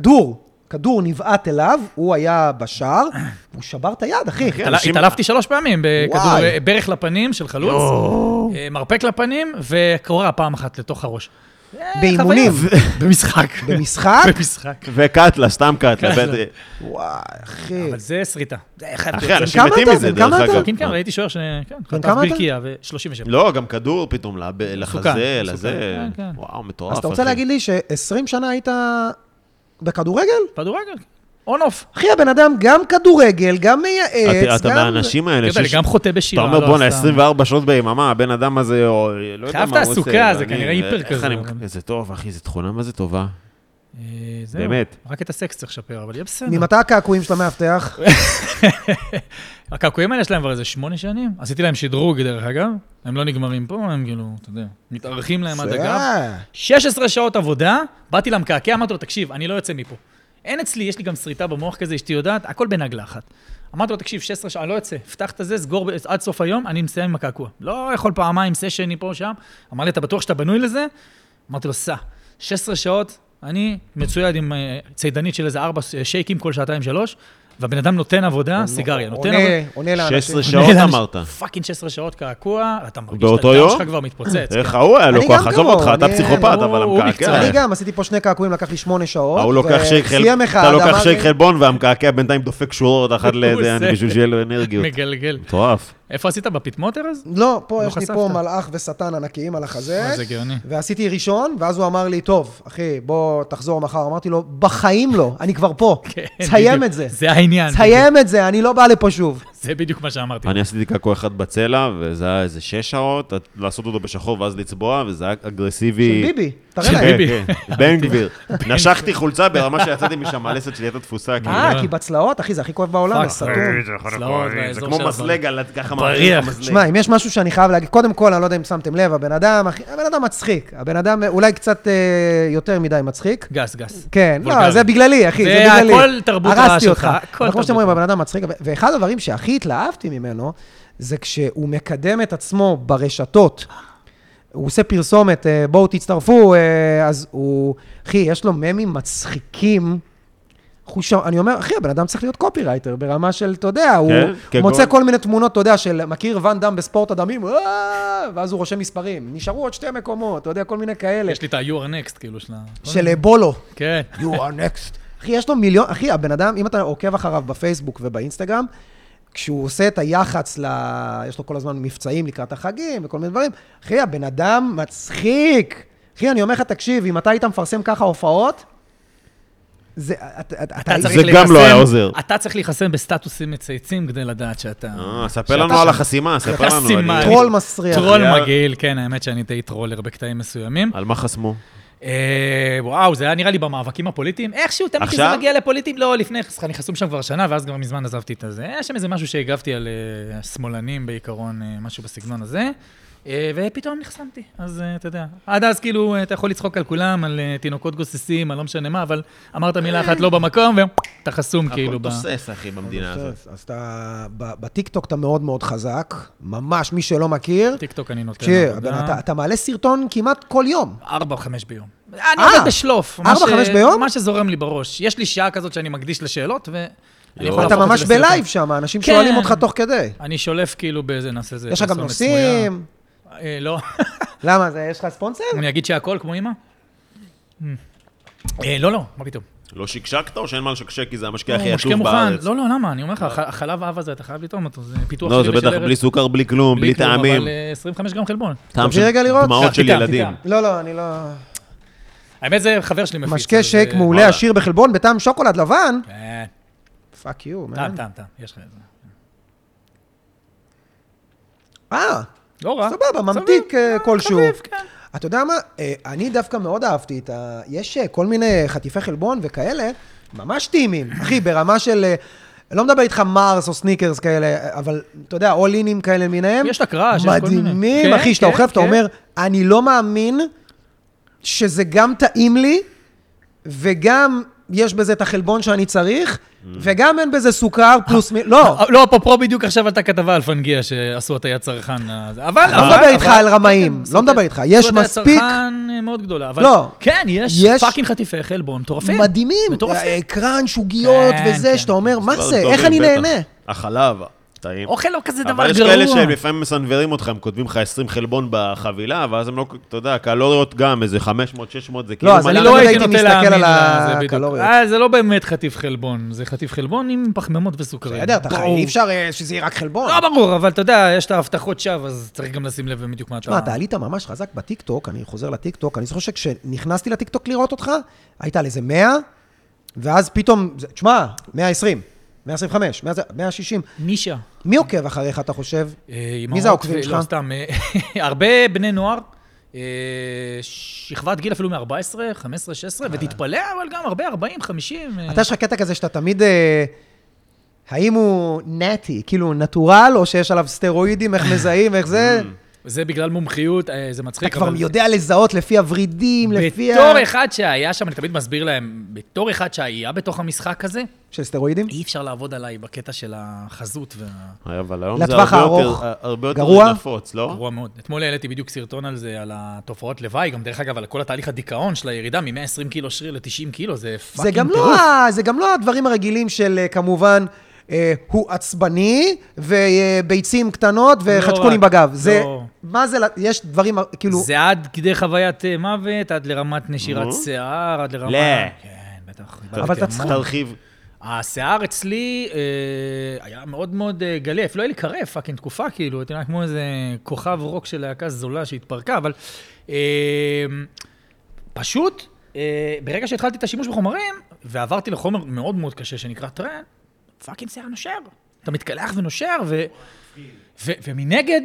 [SPEAKER 1] כדור נבעט אליו, הוא היה בשער, הוא שבר את היד, אחי.
[SPEAKER 3] התעלפתי 3 פעמים בכדור ברך לפנים של חלוץ, מרפק לפנים, וקורה פעם אחת לתוך הראש.
[SPEAKER 1] באימונים.
[SPEAKER 3] במשחק.
[SPEAKER 1] במשחק?
[SPEAKER 3] במשחק.
[SPEAKER 2] וקטלה, סתם קטלה.
[SPEAKER 1] וואי, אחי.
[SPEAKER 3] אבל זה שריטה.
[SPEAKER 2] אחי, אנשים מתים מזה, דרך אגב.
[SPEAKER 3] כן, כן, ראיתי שוער שחטף בלקיה, ו-37.
[SPEAKER 2] לא, גם כדור פתאום, לחזה, לזה. וואו, מטורף.
[SPEAKER 1] אז אתה רוצה להגיד לי ש20 שנה היית בכדורגל?
[SPEAKER 3] בכדורגל. און-אוף.
[SPEAKER 1] אחי, הבן אדם גם כדורגל, גם מייעץ,
[SPEAKER 2] אתה מהאנשים האלה
[SPEAKER 3] גם חוטא בשירה.
[SPEAKER 2] אתה אומר, בוא, 24 שעות ביממה, הבן אדם הזה, לא יודע
[SPEAKER 3] חייב תעסוקה, זה כנראה היפר כזה.
[SPEAKER 2] זה טוב, אחי, זה תכונה מה זה טובה.
[SPEAKER 3] זהו,
[SPEAKER 2] באמת.
[SPEAKER 3] רק את הסקס צריך לשפר, אבל יהיה בסדר.
[SPEAKER 1] ממתי הקעקועים של המאבטח?
[SPEAKER 3] הקעקועים האלה יש להם כבר איזה 8 שנים. עשיתי להם שדרוג, דרך אגב. הם לא נגמרים פה, הם כאילו, אתה יודע, מתארחים להם עד הגב. 16 שעות עבודה, באתי למקעקע, אמרתי לו, תקשיב, אני לא יוצא מפה. אין אצלי, יש לי גם שריטה במוח כזה, אשתי יודעת, הכל בנגלה אחת. אמרתי לו, תקשיב, 16 שעות, אני לא יוצא, פתח את זה, סגור עד סוף היום, אני מסיים עם הקעקוע. לא יכול פעמיים, סשני פה, שם. אמר לי, אתה בטוח שאתה בנוי לזה? אמרתי לו, 16 שעות, אני מצויד עם ציידנית של איזה 4 שייקים כל 2-3, והבן אדם נותן עבודה, סיגריה, נותן עבודה.
[SPEAKER 1] עונה לאנשים.
[SPEAKER 2] 16 שעות אמרת.
[SPEAKER 3] פאקינג 16 שעות קעקוע, אתה מרגיש
[SPEAKER 2] באותו
[SPEAKER 3] את
[SPEAKER 2] יום?
[SPEAKER 3] הדם שלך כבר מתפוצץ.
[SPEAKER 2] איך ההוא היה לו כוח, עזוב אותך, אתה פסיכופת, אבל המקעקע.
[SPEAKER 1] אני גם עשיתי פה 2 קעקועים, לקח לי 8 שעות.
[SPEAKER 2] ההוא לוקח אתה לוקח שייק חלבון, והמקעקע בינתיים דופק שורות אחת לזה, בשביל שיהיה לו אנרגיות.
[SPEAKER 3] מגלגל.
[SPEAKER 2] מטורף.
[SPEAKER 3] איפה עשית? בפטמוטר אז?
[SPEAKER 1] לא, פה יש לי פה מלאך ושטן ענקיים על החזה.
[SPEAKER 3] זה גאוני.
[SPEAKER 1] ועשיתי ראשון, ואז הוא אמר לי, טוב, אחי, בוא תחזור מחר. אמרתי לו, בחיים לא, אני כבר פה. תסיים את זה.
[SPEAKER 3] זה העניין.
[SPEAKER 1] תסיים את זה, אני לא בא לפה שוב.
[SPEAKER 3] זה בדיוק מה שאמרתי.
[SPEAKER 2] אני עשיתי קקו אחד בצלע, וזה היה איזה 6 שעות, לעשות אותו בשחור ואז לצבוע, וזה היה אגרסיבי.
[SPEAKER 1] של ביבי, תראה
[SPEAKER 3] של
[SPEAKER 1] להם.
[SPEAKER 3] ביבי.
[SPEAKER 2] בן גביר. נשכתי חולצה ברמה שיצאתי משם, הלסת שלי הייתה תפוסה.
[SPEAKER 1] כי בצלעות, אחי, זה הכי כואב בעולם, סתום.
[SPEAKER 2] זה כמו מסלג, ככה
[SPEAKER 3] בריח.
[SPEAKER 2] מסלג.
[SPEAKER 1] שמע, אם יש משהו שאני חייב להגיד, קודם כל, אני לא יודע אם שמתם לב, הבן אדם מצחיק. הבן אדם אולי קצת יותר מדי מצחיק.
[SPEAKER 3] גס.
[SPEAKER 1] כן, לא, זה בגללי, אחי, זה בגללי.
[SPEAKER 3] זה הכל תרבות רעה שלך.
[SPEAKER 1] כמו שאתם רואים, הבן אדם מצחיק, ואחד הדברים שהכי התלהבתי ממנו, זה כשהוא מקדם את עצמו ברשתות. הוא עושה פרסומת, בואו תצטרפו, אז הוא, אחי, יש לו ממים מצחיקים. אני אומר, אחי, הבן אדם צריך להיות קופירייטר, ברמה של, אתה יודע, הוא מוצא כל מיני תמונות, אתה יודע, של מכיר ואן דם בספורט הדמים, ואז הוא רושם מספרים. נשארו עוד 2 מקומות, אתה יודע, כל מיני כאלה.
[SPEAKER 3] יש לי את ה-You are next, כאילו,
[SPEAKER 1] של בולו.
[SPEAKER 3] כן.
[SPEAKER 1] You are next. אחי, יש לו מיליון, אחי, הבן אדם, אם אתה עוקב אחריו בפייסבוק ובאינסטגרם, כשהוא עושה את היח"צ, יש לו כל הזמן מבצעים לקראת החגים וכל מיני דברים, אחי, הבן אדם מצחיק. אחי, אני אומר לך, תקשיב, אם אתה היית מפרסם ככה הופעות, זה
[SPEAKER 2] גם לא היה עוזר.
[SPEAKER 3] אתה צריך להיחסם בסטטוסים מצייצים כדי לדעת שאתה...
[SPEAKER 2] ספר לנו על החסימה, ספר לנו.
[SPEAKER 1] טרול מסריח.
[SPEAKER 3] טרול מגעיל, כן, האמת שאני די טרולר בקטעים מסוימים.
[SPEAKER 2] על מה חסמו?
[SPEAKER 3] וואו, זה היה נראה לי במאבקים הפוליטיים. איכשהו תמיד שזה מגיע לפוליטיים, לא, לפני, אני חסום שם כבר שנה, ואז כבר מזמן עזבתי את זה. היה שם איזה משהו שהגבתי על שמאלנים בעיקרון, משהו בסגנון הזה, ופתאום נחסמתי. אז אתה יודע, עד אז כאילו, אתה יכול לצחוק על כולם, על תינוקות גוססים, על לא משנה מה, אבל אמרת מילה אחת לא במקום, ואתה חסום כאילו.
[SPEAKER 2] הכל תוסס, אחי, במדינה הזאת.
[SPEAKER 1] אז אתה, בטיקטוק אתה מאוד מאוד חזק, ממש, מי שלא מכיר.
[SPEAKER 3] טיקטוק אני נותן.
[SPEAKER 1] אתה מעלה סרטון כמעט כל יום.
[SPEAKER 3] 4-5 ביום. אני עובד בשלוף.
[SPEAKER 1] 4-5 ביום?
[SPEAKER 3] מה שזורם לי בראש. יש לי שעה כזאת שאני מקדיש לשאלות,
[SPEAKER 1] אתה ממש בלייב שם, אנשים שואלים אותך תוך כדי.
[SPEAKER 3] אני שולף כאילו באיזה נעשה זה.
[SPEAKER 1] יש לך גם נושאים?
[SPEAKER 3] לא.
[SPEAKER 1] למה? יש לך ספונסר?
[SPEAKER 3] אני אגיד שהכל כמו אמא? לא, מה פתאום?
[SPEAKER 2] לא שקשקת או שאין מה לשקשק כי זה המשקיע הכי עצוב בארץ?
[SPEAKER 3] לא, למה? אני אומר לך, החלב האב הזה, אתה חייב לטעום אותו, זה פיתוח
[SPEAKER 2] שלי ושל ארץ. לא, זה בטח בלי סוכר, בלי כלום, בלי טעמים.
[SPEAKER 3] אבל 25 גרם חלבון.
[SPEAKER 2] טעם של דמעות של ילדים.
[SPEAKER 1] לא, אני לא...
[SPEAKER 3] האמת זה חבר שלי מפיץ.
[SPEAKER 1] משקה שייק מעולה, עשיר בחלבון, בטעם שוקולד לבן.
[SPEAKER 3] כן.
[SPEAKER 1] פאק יו, מן.
[SPEAKER 3] טעם, יש לך את זה.
[SPEAKER 1] לא רע. סבבה, ממתיק כלשהו. אתה יודע מה? אני דווקא מאוד אהבתי את יש כל מיני חטיפי חלבון וכאלה, ממש טעימים. אחי, ברמה של... לא מדבר איתך מרס או סניקרס כאלה, אבל אתה יודע, אולינים כאלה מיניהם.
[SPEAKER 3] יש לקראה, שיש כל מיני.
[SPEAKER 1] מדהימים, אחי, שאתה אוכל, אתה אומר, אני לא מאמין שזה גם טעים לי, וגם יש בזה את החלבון שאני צריך, וגם אין בזה סוכר פלוס
[SPEAKER 3] לא, פה בדיוק עכשיו עלתה כתבה על פנגיה שעשו את היד צרכן.
[SPEAKER 1] אבל לא מדבר איתך על רמאים, לא מדבר איתך, יש מספיק...
[SPEAKER 3] צרכן מאוד גדולה, אבל כן, יש פאקינג חטיפי חלבון, מטורפים.
[SPEAKER 1] מדהימים, קרן, שוגיות וזה, שאתה אומר, מה זה, איך אני נהנה?
[SPEAKER 2] החלב. טעים.
[SPEAKER 3] אוכל לא כזה דבר גרוע.
[SPEAKER 2] אבל יש כאלה שהם לפעמים מסנברים אותך, הם כותבים לך 20 חלבון בחבילה, ואז הם לא, אתה יודע, קלוריות גם, איזה 500-600, זה כאילו...
[SPEAKER 1] לא, אז אני לא הייתי מסתכל על הקלוריות.
[SPEAKER 3] זה לא באמת חטיף חלבון, זה חטיף חלבון עם פחמימות וסוכרים.
[SPEAKER 1] בסדר, אתה חי, אי אפשר שזה יהיה רק חלבון.
[SPEAKER 3] לא ברור, אבל אתה יודע, יש את ההבטחות שווא, אז צריך גם לשים לב בדיוק מה אתה...
[SPEAKER 1] תשמע, אתה עלית ממש חזק בטיקטוק, אני חוזר לטיקטוק, אני זוכר שכשנכנסתי לטיקטוק לראות אותך, היית על איזה 100, ואז פתאום, תשמע, 120. 125, 160.
[SPEAKER 3] נישה.
[SPEAKER 1] מי עוקב אחריך, אתה חושב? מי זה העוקבים שלך?
[SPEAKER 3] לא, סתם. הרבה בני נוער, שכבת גיל אפילו מ-14, 15, 16, ותתפלא, אבל גם הרבה 40, 50.
[SPEAKER 1] אתה יש לך קטע כזה שאתה תמיד... האם הוא נטי, כאילו נטורל, או שיש עליו סטרואידים, איך מזהים, איך זה?
[SPEAKER 3] זה בגלל מומחיות, זה מצחיק.
[SPEAKER 1] אתה כבר יודע לזהות לפי הוורידים, לפי
[SPEAKER 3] בתור אחד שהיה שם, אני תמיד מסביר להם, בתור אחד שהיה בתוך המשחק הזה,
[SPEAKER 1] של סטרואידים?
[SPEAKER 3] אי אפשר לעבוד עליי בקטע של החזות
[SPEAKER 2] אבל היום זה הרבה יותר נפוץ, לא?
[SPEAKER 3] גרוע מאוד. אתמול העליתי בדיוק סרטון על זה, על התופעות לוואי, גם דרך אגב, על כל התהליך הדיכאון של הירידה, מ-120 קילו שריר ל-90 קילו, זה פאקינג טירוף.
[SPEAKER 1] זה גם לא הדברים הרגילים של כמובן... הוא עצבני, וביצים קטנות, וחצ'קונים בגב. זה, מה זה, יש דברים, כאילו...
[SPEAKER 3] זה עד כדי חוויית מוות, עד לרמת נשירת שיער, עד לרמת...
[SPEAKER 2] לא.
[SPEAKER 3] כן, בטח.
[SPEAKER 1] אבל אתה צריך...
[SPEAKER 2] תרחיב.
[SPEAKER 3] השיער אצלי היה מאוד מאוד גלי, אפילו היה לי קרב, פאקינג תקופה, כאילו, אתה יודע, כמו איזה כוכב רוק של להקה זולה שהתפרקה, אבל פשוט, ברגע שהתחלתי את השימוש בחומרים, ועברתי לחומר מאוד מאוד קשה שנקרא טרן, פאקינג שיער נושר. אתה מתקלח ונושר, ומנגד,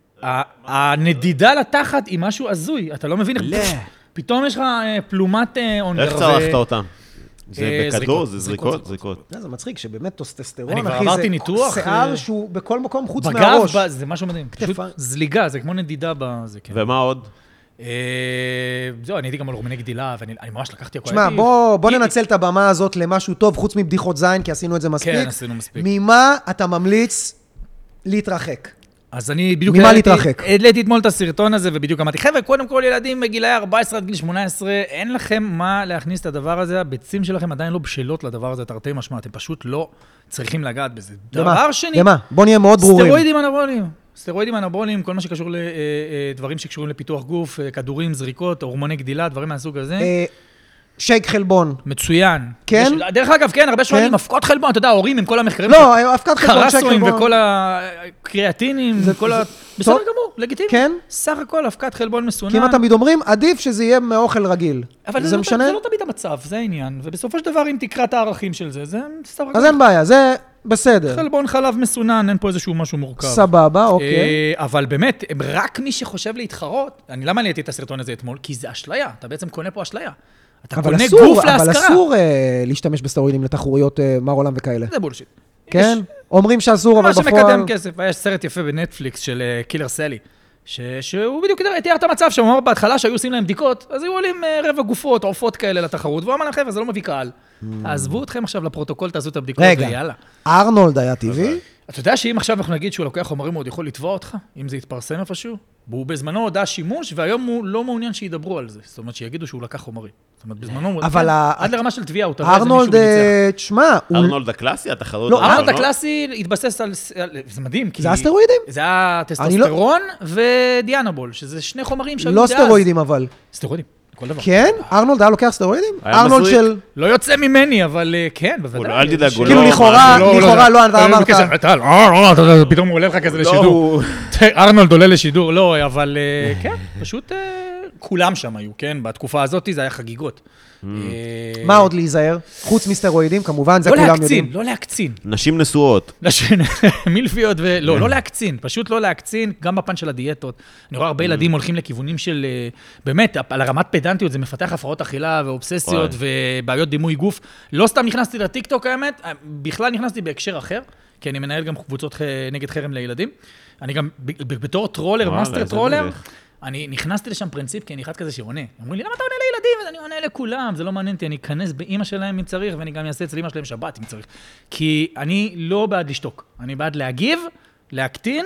[SPEAKER 3] הנדידה לתחת היא משהו הזוי, אתה לא מבין איך... פתאום יש לך פלומת אונגר.
[SPEAKER 2] איך צרכת אותם? זה בכדור, זה זריקות?
[SPEAKER 1] זה מצחיק, שבאמת טוסטסטרון,
[SPEAKER 3] אני כבר עברתי ניתוח.
[SPEAKER 1] שיער שהוא בכל מקום חוץ מהראש.
[SPEAKER 3] בגב, זה משהו מדהים. פשוט זליגה, זה כמו נדידה בזה.
[SPEAKER 2] ומה עוד?
[SPEAKER 3] זהו, אני הייתי גם על הורמוני גדילה, ואני ממש לקחתי הכל.
[SPEAKER 1] תשמע, בוא ננצל את הבמה הזאת למשהו טוב, חוץ מבדיחות זין, כי עשינו את זה מספיק.
[SPEAKER 3] כן, עשינו מספיק.
[SPEAKER 1] ממה אתה ממליץ להתרחק?
[SPEAKER 3] אז אני בדיוק העליתי אתמול את הסרטון הזה, ובדיוק אמרתי, חבר'ה, קודם כל ילדים בגילאי 14 עד גיל 18, אין לכם מה להכניס את הדבר הזה, הביצים שלכם עדיין לא בשלות לדבר הזה, תרתי משמע, אתם פשוט לא צריכים לגעת בזה. דבר שני...
[SPEAKER 1] למה? בוא נהיה מאוד ברורים.
[SPEAKER 3] סטרואידים אנבוליים, כל מה שקשור לדברים שקשורים לפיתוח גוף, כדורים, זריקות, הורמוני גדילה, דברים מהסוג הזה.
[SPEAKER 1] שייק חלבון.
[SPEAKER 3] מצוין.
[SPEAKER 1] כן?
[SPEAKER 3] דרך אגב, כן, הרבה שואלים, הפקות חלבון, אתה יודע, ההורים עם כל המחקרים.
[SPEAKER 1] לא, הפקת חלבון, שייק חלבון.
[SPEAKER 3] קרסואים וכל הקריאטינים, וכל ה... בסדר גמור, לגיטימי.
[SPEAKER 1] כן?
[SPEAKER 3] סך הכל, הפקת חלבון מסונן.
[SPEAKER 1] כמעט תמיד אומרים, עדיף שזה יהיה מאוכל רגיל.
[SPEAKER 3] אבל זה משנה? זה לא תמיד המצב, זה העניין. ובסופו של דבר, אם תקרא את הערכים של זה, זה סתם
[SPEAKER 1] אז אין בעיה, זה בסדר.
[SPEAKER 3] חלבון חלב מסונן, אין פה איזשהו משהו מורכב.
[SPEAKER 1] סבבה, אוקיי.
[SPEAKER 3] אבל באמת, רק מי שחושב להתחרות, למה העליתי את הסרטון הזה אתמול? כי זה אשליה, אתה בעצם קונה פה אשליה. אתה קונה גוף להשכרה.
[SPEAKER 1] אבל אסור להשתמש בסטרואידים לתחרויות מר עולם וכאלה.
[SPEAKER 3] זה בולשיט.
[SPEAKER 1] כן? אומרים שאסור, אבל בפועל...
[SPEAKER 3] מה שמקדם כסף. יש סרט יפה בנטפליקס של קילר סלי, שהוא בדיוק תיאר את המצב שם, הוא אמר בהתחלה שהיו עושים להם בדיקות, אז היו עולים רבע גופות, עופות כאלה לתחרות, והוא אמר להם, חבר'ה, זה לא מביא קהל. עזבו אתכם עכשיו לפרוטוקול, תעשו את הבדיקות, ויאללה.
[SPEAKER 1] ארנולד היה טבעי?
[SPEAKER 3] אתה יודע שאם עכשיו אנחנו נגיד שהוא לוקח חומרים, הוא עוד יכול לתבוע אותך, אם זה יתפרסם איפשהו? והוא בזמנו הודע שימוש, והיום הוא לא מעוניין שידברו על זה. זאת אומרת, שיגידו שהוא לקח חומרים. זאת אומרת, בזמנו, עד לרמה של תביעה, הוא תבע איזה מישהו וניצח.
[SPEAKER 1] תשמע,
[SPEAKER 2] ארנולד הקלאסי, התחרות
[SPEAKER 3] לא, ארנולד הקלאסי התבסס על... זה מדהים, כי...
[SPEAKER 1] זה הסטרואידים?
[SPEAKER 3] זה היה טסטוסטרון ודיאנבול, שזה שני חומרים שהיו
[SPEAKER 1] לא סטרואידים, אבל.
[SPEAKER 3] סטרואידים.
[SPEAKER 1] כן? ארנולד היה לוקח סטרואידים? ארנולד של...
[SPEAKER 3] לא יוצא ממני, אבל כן, בוודאי.
[SPEAKER 2] אל תדאג,
[SPEAKER 1] כאילו לכאורה, לא, אתה אמרת.
[SPEAKER 3] פתאום הוא עולה לך כזה לשידור. ארנולד עולה לשידור, לא, אבל כן, פשוט כולם שם היו, כן? בתקופה הזאת זה היה חגיגות.
[SPEAKER 1] מה עוד להיזהר? חוץ מסטרואידים, כמובן, זה כולם יודעים.
[SPEAKER 3] לא להקצין.
[SPEAKER 2] נשים נשואות.
[SPEAKER 3] מילפיות לא להקצין, פשוט לא להקצין, גם בפן של הדיאטות. אני רואה הרבה ילדים הולכים לכיוונים של, באמת, על הרמת פדנטיות, זה מפתח הפרעות אכילה ואובססיות ובעיות דימוי גוף. לא סתם נכנסתי לטיקטוק, האמת, בכלל נכנסתי בהקשר אחר, כי אני מנהל גם קבוצות נגד חרם לילדים. אני גם, בתור טרולר, מאסטר טרולר, אני נכנסתי לשם פרינציפ, כי אני אחד כזה שעונה. אמרו לי, למה אתה עונה לילדים? אז אני עונה לכולם, זה לא מעניין אותי, אני אכנס באמא שלהם אם צריך, ואני גם אעשה אצל אמא שלהם שבת אם צריך. כי אני לא בעד לשתוק, אני בעד להגיב, להקטין,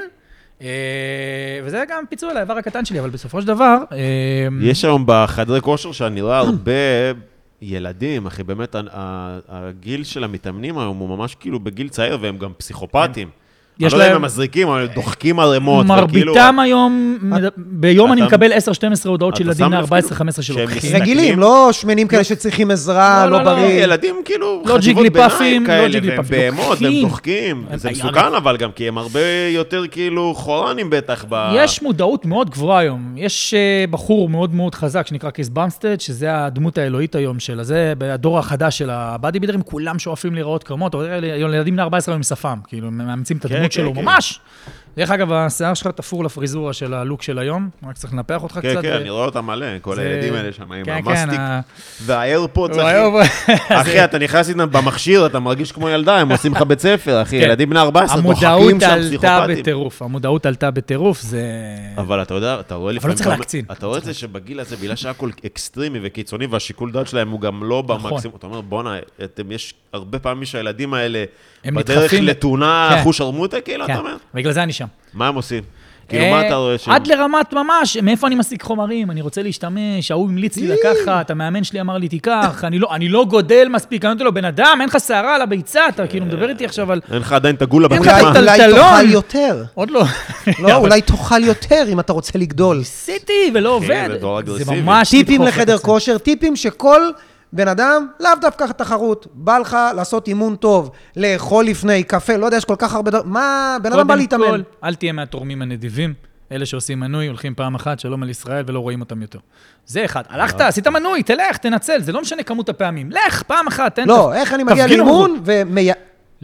[SPEAKER 3] וזה גם פיצוי על האיבר הקטן שלי, אבל בסופו של דבר...
[SPEAKER 2] יש היום בחדרי כושר שאני רואה הרבה ילדים, אחי, באמת, הגיל של המתאמנים היום הוא ממש כאילו בגיל צעיר, והם גם פסיכופטים. יש להם... הם מזריקים, הם דוחקים ערימות.
[SPEAKER 3] מרביתם היום, ביום אני מקבל 10-12 הודעות של ילדים ל-14-15 שלוקחים.
[SPEAKER 1] רגילים, לא שמנים כאלה שצריכים עזרה, לא בריא.
[SPEAKER 2] ילדים כאילו
[SPEAKER 3] לא ג'יגלי פאפים,
[SPEAKER 2] כאלה, והם בהמות, הם דוחקים. זה מסוכן אבל גם, כי הם הרבה יותר כאילו חורנים בטח.
[SPEAKER 3] יש מודעות מאוד גבוהה היום. יש בחור מאוד מאוד חזק שנקרא קיס במסטד, שזה הדמות האלוהית היום שלה. זה בדור החדש של הבאדי בידרים, כולם שואפים לראות כמות. ילדים ל-14 עם שפם, כאילו, מאמצים את הדמות שלו, ממש. דרך אגב, השיער שלך תפור לפריזורה של הלוק של היום, רק צריך לנפח אותך קצת.
[SPEAKER 2] כן, כן, אני רואה אותה מלא, כל הילדים האלה שם, עם המסטיק והאיירפודס, אחי, אתה נכנס איתם במכשיר, אתה מרגיש כמו ילדה, הם עושים לך בית ספר, אחי, ילדים בני 14, דוחקים שם פסיכופטים.
[SPEAKER 3] המודעות עלתה בטירוף, זה...
[SPEAKER 2] אבל אתה יודע, אתה רואה
[SPEAKER 3] לפעמים... אבל לא צריך להקצין.
[SPEAKER 2] אתה רואה את זה שבגיל הזה, בגלל שהכל אקסטרימי וקיצוני, והשיקול דעת שלהם הוא גם לא במקסימום. אתה אומר, בוא'נה, יש הרבה פעמים שהילדים האלה בדרך לתאונה, אחוש שרמוטה, כאילו, אתה אומר.
[SPEAKER 3] בגלל זה אני שם.
[SPEAKER 2] מה הם עושים? כאילו, מה אתה רואה שם?
[SPEAKER 3] עד לרמת ממש, מאיפה אני משיג חומרים, אני רוצה להשתמש, ההוא המליץ לי לקחת, המאמן שלי אמר לי תיקח, אני לא גודל מספיק, אני אמרתי לו, בן אדם, אין לך שערה על הביצה, אתה כאילו מדבר איתי עכשיו על...
[SPEAKER 2] אין לך עדיין את הגולה
[SPEAKER 1] בקלימה. אולי תאכל יותר.
[SPEAKER 3] עוד לא.
[SPEAKER 1] לא, אולי תאכל יותר אם אתה רוצה לגדול.
[SPEAKER 3] ניסיתי ולא עובד. זה ממש...
[SPEAKER 1] טיפים לחדר כושר, טיפים שכל... בן אדם, לאו דווקא תחרות, בא לך לעשות אימון טוב, לאכול לפני, קפה, לא יודע, יש כל כך הרבה... מה, בן אדם בא להתאמן. קודם כל,
[SPEAKER 3] אל תהיה מהתורמים הנדיבים, אלה שעושים מנוי, הולכים פעם אחת, שלום על ישראל, ולא רואים אותם יותר. זה אחד. הלכת, עשית מנוי, תלך, תנצל, זה לא משנה כמות הפעמים. לך, פעם אחת, תן...
[SPEAKER 1] לא, איך אני מגיע לאימון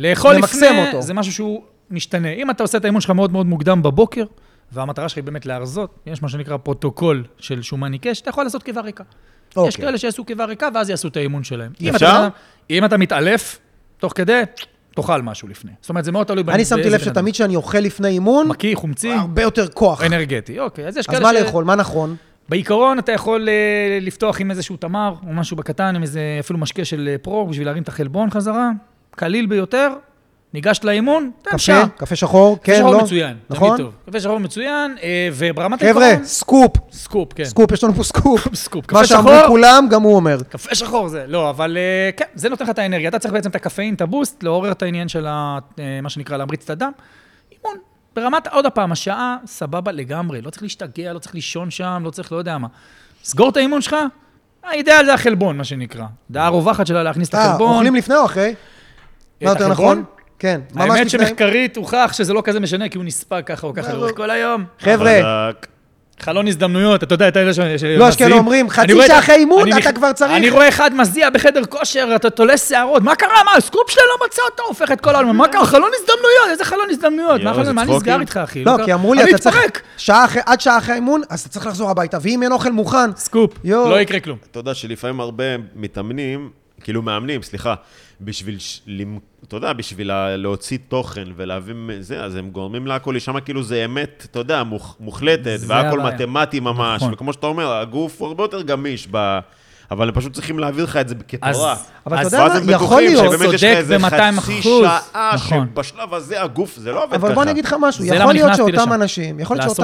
[SPEAKER 3] לאכול לפני, זה משהו שהוא משתנה. אם אתה עושה את האימון שלך מאוד מאוד מוקדם בבוקר, והמטרה שלך היא באמת להרזות, יש מה שנקרא פרוטוקול של שומן עיקש, אתה יכול לעשות קיבה ריקה. יש כאלה שיעשו קיבה ריקה, ואז יעשו את האימון שלהם. אם אתה מתעלף, תוך כדי, תאכל משהו לפני. זאת אומרת, זה מאוד תלוי.
[SPEAKER 1] אני שמתי לב שתמיד שאני אוכל לפני אימון,
[SPEAKER 3] מקיא, חומצי,
[SPEAKER 1] הרבה יותר כוח.
[SPEAKER 3] אנרגטי, אוקיי. אז
[SPEAKER 1] מה לאכול? מה נכון?
[SPEAKER 3] בעיקרון אתה יכול לפתוח עם איזשהו תמר, או משהו בקטן, עם איזה אפילו משקה של פרו, בשביל להרים את החלבון חזרה, קליל ביותר, ניגשת לאימון,
[SPEAKER 1] קפה, קפה שחור, כן, לא?
[SPEAKER 3] מצוין, נכון? קפה שחור מצוין, וברמת
[SPEAKER 1] העיקרון... חבר'ה, סקופ.
[SPEAKER 3] סקופ, כן.
[SPEAKER 1] סקופ, יש לנו פה סקופ.
[SPEAKER 3] סקופ.
[SPEAKER 1] מה שאמרו כולם, גם הוא אומר.
[SPEAKER 3] קפה שחור זה, לא, אבל כן, זה נותן לך את האנרגיה. אתה צריך בעצם את הקפאין, את הבוסט, לעורר את העניין של מה שנקרא להמריץ את הדם. אימון, ברמת, עוד הפעם, השעה, סבבה לגמרי. לא צריך להשתגע, לא צריך לישון שם, לא צריך, לא יודע מה. סגור את האימון שלך, האידאל זה החלבון, מה שנקרא. דעה רווחת שלה להכניס את החלבון.
[SPEAKER 1] אוכלים לפני או אחרי? מה יותר נכון? כן, ממש לפני.
[SPEAKER 3] האמת שמחקרית הוכח שזה לא כזה משנה, כי הוא נספק ככה או ככה לאורך כל היום.
[SPEAKER 1] חבר'ה.
[SPEAKER 3] חלון הזדמנויות, אתה יודע, אתה יודע
[SPEAKER 1] לא, יש כאלה אומרים, חצי שעה אחרי אימון, אתה כבר צריך.
[SPEAKER 3] אני רואה אחד מזיע בחדר כושר, אתה תולה שערות, מה קרה? מה, הסקופ שלה לא מצא אותו, הופך את כל העולם. מה קרה? חלון הזדמנויות, איזה חלון הזדמנויות? מה נסגר איתך, אחי?
[SPEAKER 1] לא, כי אמרו לי, אתה צריך עד שעה אחרי אימון, אז אתה צריך לחזור הביתה, ואם אין אוכל מוכן,
[SPEAKER 3] סקופ, לא יקרה כלום.
[SPEAKER 2] אתה יודע שלפעמים הרבה מתאמנים, כאילו מאמנים, סליחה, בשביל, אתה יודע, בשביל להוציא תוכן ולהביא זה, אז הם גורמים להכל, לשם כאילו זה אמת, אתה יודע, מוחלטת, והכל מתמטי ממש, וכמו שאתה אומר, הגוף הוא הרבה יותר גמיש, אבל הם פשוט צריכים להעביר לך את זה כתורה.
[SPEAKER 1] אבל אתה יודע מה, יכול להיות,
[SPEAKER 2] שבאמת יש לך איזה חצי שעה, שבשלב הזה הגוף, זה לא עובד ככה.
[SPEAKER 1] אבל בוא נגיד לך משהו, יכול להיות שאותם אנשים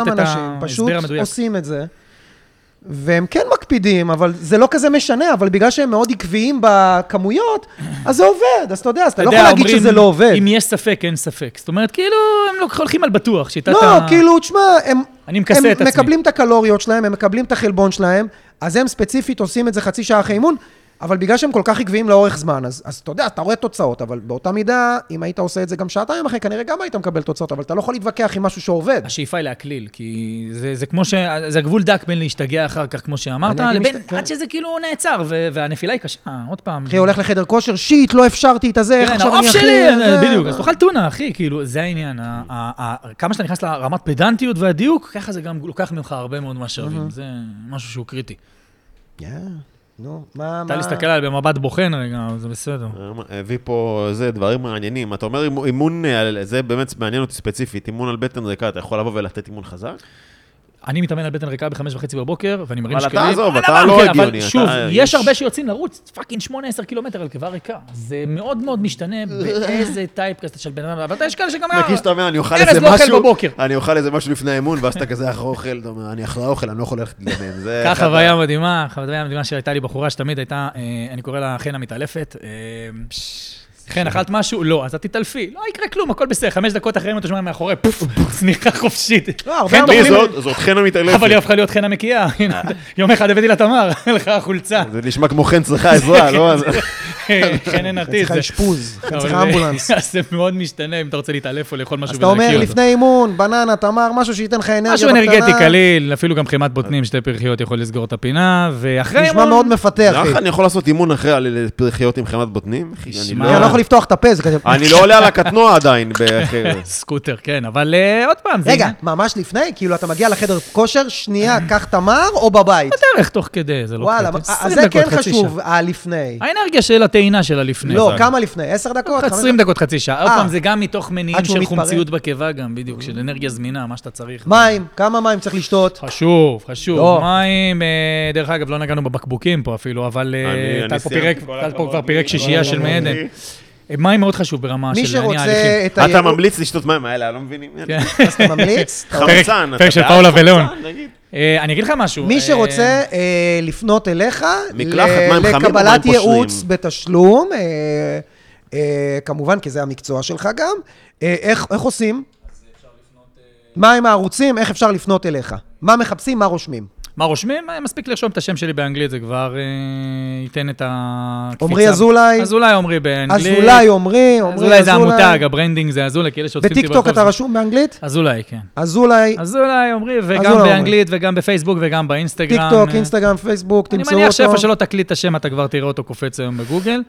[SPEAKER 1] פשוט עושים את זה, והם כן מקפידים, אבל זה לא כזה משנה, אבל בגלל שהם מאוד עקביים בכמויות, אז זה עובד, אז אתה יודע, אז אתה לא יכול להגיד שזה לא עובד.
[SPEAKER 3] אם יש ספק, אין ספק. זאת אומרת, כאילו, הם לא הולכים על בטוח, שיטת
[SPEAKER 1] לא, כאילו, תשמע, הם מקבלים את הקלוריות שלהם, הם מקבלים את החלבון שלהם, אז הם ספציפית עושים את זה חצי שעה אחרי אימון, אבל בגלל שהם כל כך עקביים לאורך זמן, אז אתה יודע, אתה רואה תוצאות, אבל באותה מידה, אם היית עושה את זה גם שעתיים אחרי, כנראה גם היית מקבל תוצאות, אבל אתה לא יכול להתווכח עם משהו שעובד.
[SPEAKER 3] השאיפה היא להקליל, כי זה כמו זה הגבול דק בין להשתגע אחר כך, כמו שאמרת, לבין עד שזה כאילו נעצר, והנפילה היא קשה, עוד פעם.
[SPEAKER 1] אחי, הולך לחדר כושר, שיט, לא אפשרתי את הזה, עכשיו אני אחי...
[SPEAKER 3] בדיוק, אז תאכל טונה, אחי, כאילו, זה העניין. כמה שאתה נכנס לרמת פדנטיות והדיוק, ככה זה גם לוקח ממך הרבה מאוד משאבים. זה משהו שהוא קריטי.
[SPEAKER 1] נו, מה...
[SPEAKER 3] אתה להסתכל עליי במבט בוחן רגע, זה בסדר.
[SPEAKER 2] הביא פה, זה דברים מעניינים. אתה אומר אימון, זה באמת מעניין אותי ספציפית, אימון על בטן ריקה, אתה יכול לבוא ולתת אימון חזק?
[SPEAKER 3] אני מתאמן על בטן ריקה ב5:30 בבוקר, ואני מרים שקלים.
[SPEAKER 2] אבל אתה עזוב, אתה לא הגיוני.
[SPEAKER 3] אבל שוב, יש הרבה שיוצאים לרוץ, פאקינג 8-10 קילומטר על קיבה ריקה. זה מאוד מאוד משתנה באיזה טייפ כזה של בן אדם, אבל יש כאלה שגם...
[SPEAKER 2] מקיש, אתה אומר, אני אוכל איזה משהו לפני האימון, ואז אתה כזה אחרי אוכל, אתה אומר, אני אחרי האוכל, אני לא יכול ללכת להתאמן.
[SPEAKER 3] ככה חוויה מדהימה שהייתה לי בחורה שתמיד הייתה, אני קורא לה חן המתעלפת. כן, אכלת משהו? לא, אז את תתעלפי. לא יקרה כלום, הכל בסדר. 5 דקות אחרי אם אתה שומע מאחורי, פוף, צניחה חופשית.
[SPEAKER 2] מי זאת חן המתעלפת.
[SPEAKER 3] אבל היא הפכה להיות חן המקיאה. יום אחד הבאתי לה תמר, לך החולצה.
[SPEAKER 2] זה נשמע כמו חן צריכה עזרה, לא?
[SPEAKER 3] חן עינתי.
[SPEAKER 1] צריכה אשפוז, צריכה אמבולנס.
[SPEAKER 3] זה מאוד משתנה אם אתה רוצה להתעלף או לאכול משהו.
[SPEAKER 1] אז אתה אומר, לפני אימון, בננה, תמר, משהו שייתן לך אנרגיה.
[SPEAKER 3] משהו אנרגטי קליל, אפילו גם חמת בוטנים, 2 פרחיות יכול לסגור את הפינה, ואחרי
[SPEAKER 1] נשמע מאוד מפתח.
[SPEAKER 2] אני יכול לעשות אימון אחרי פרחיות עם חמת בוטנים?
[SPEAKER 1] לפתוח את הפה, זה כזה...
[SPEAKER 2] אני לא עולה על הקטנוע עדיין.
[SPEAKER 3] סקוטר, כן, אבל עוד פעם...
[SPEAKER 1] רגע, ממש לפני? כאילו אתה מגיע לחדר כושר, שנייה, קח תמר או בבית?
[SPEAKER 3] בדרך תוך כדי, זה לא
[SPEAKER 1] וואלה, אז זה כן חשוב, הלפני.
[SPEAKER 3] האנרגיה של הטעינה של הלפני.
[SPEAKER 1] לא, כמה לפני? 10 דקות?
[SPEAKER 3] 20 דקות, חצי שעה. עוד פעם, זה גם מתוך מניעים של חומציות בקיבה גם, בדיוק, של אנרגיה זמינה, מה שאתה צריך.
[SPEAKER 1] מים, כמה מים צריך לשתות?
[SPEAKER 3] חשוב. מים, דרך אגב, לא נגענו בבקבוקים פה אפילו, אבל טל פה כבר פירק שישייה של מעדן. מים מאוד חשוב ברמה של עניין הליכים.
[SPEAKER 2] אתה ממליץ לשתות מים האלה, לא מבינים?
[SPEAKER 1] אז אתה ממליץ?
[SPEAKER 2] חמצן.
[SPEAKER 3] פרק של פאולה ולאון. אני אגיד לך משהו.
[SPEAKER 1] מי שרוצה לפנות אליך, לקבלת ייעוץ בתשלום, כמובן, כי זה המקצוע שלך גם, איך עושים? מה עם הערוצים? איך אפשר לפנות אליך? מה מחפשים? מה רושמים?
[SPEAKER 3] מה רושמים? מספיק לרשום את השם שלי באנגלית, זה כבר ייתן את הקפיצה.
[SPEAKER 1] עומרי אזולאי.
[SPEAKER 3] אזולאי עומרי באנגלית.
[SPEAKER 1] אזולאי עומרי.
[SPEAKER 3] אזולאי זה המותג, הברנדינג זה אזולאי, כאלה שעוטפים אותי
[SPEAKER 1] בטיקטוק אתה רשום באנגלית?
[SPEAKER 3] אזולאי, כן.
[SPEAKER 1] אזולאי
[SPEAKER 3] עומרי, וגם באנגלית וגם בפייסבוק וגם באינסטגרם.
[SPEAKER 1] טיקטוק, אינסטגרם, פייסבוק, תמצאו אותו.
[SPEAKER 3] אני מניח שאיפה שלא תקליט את השם, אתה כבר תראה אותו קופץ היום בגוגל.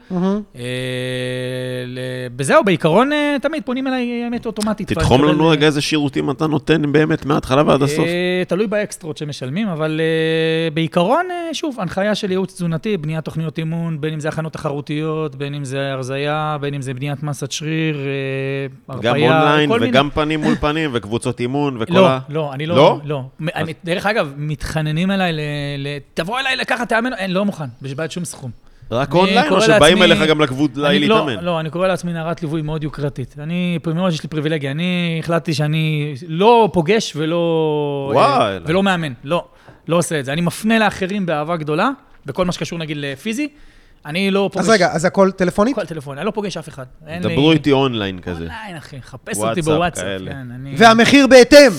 [SPEAKER 3] בזהו, בעיקרון תמיד פונים אליי האמת אוטומטית.
[SPEAKER 2] תתחום לנו רגע איזה שירותים אתה נותן באמת מההתחלה ועד הסוף.
[SPEAKER 3] תלוי באקסטרות שמשלמים, אבל בעיקרון, שוב, הנחיה של ייעוץ תזונתי, בניית תוכניות אימון, בין אם זה הכנות תחרותיות, בין אם זה הרזיה, בין אם זה בניית מסת שריר,
[SPEAKER 2] גם אונליין וגם פנים מול פנים וקבוצות אימון וכל ה...
[SPEAKER 3] לא, אני לא. דרך אגב, מתחננים אליי, תבוא אליי לקחת תאמן, אין, לא מוכן, בשבעת שום סכום.
[SPEAKER 2] רק אונליין או שבאים אליך גם לקבוצה להתאמן?
[SPEAKER 3] לא, אני קורא לעצמי נערת ליווי מאוד יוקרתית. ממש יש לי פריבילגיה. אני החלטתי שאני לא פוגש ולא מאמן. לא עושה את זה. אני מפנה לאחרים באהבה גדולה, בכל מה שקשור נגיד לפיזי. אני לא פוגש...
[SPEAKER 1] אז רגע, אז הכל טלפונית?
[SPEAKER 3] הכל טלפוני, אני לא פוגש אף אחד.
[SPEAKER 2] דברו איתי אונליין כזה.
[SPEAKER 3] אונליין, אחי, חפש אותי בוואטסאפ.
[SPEAKER 1] והמחיר בהתאם.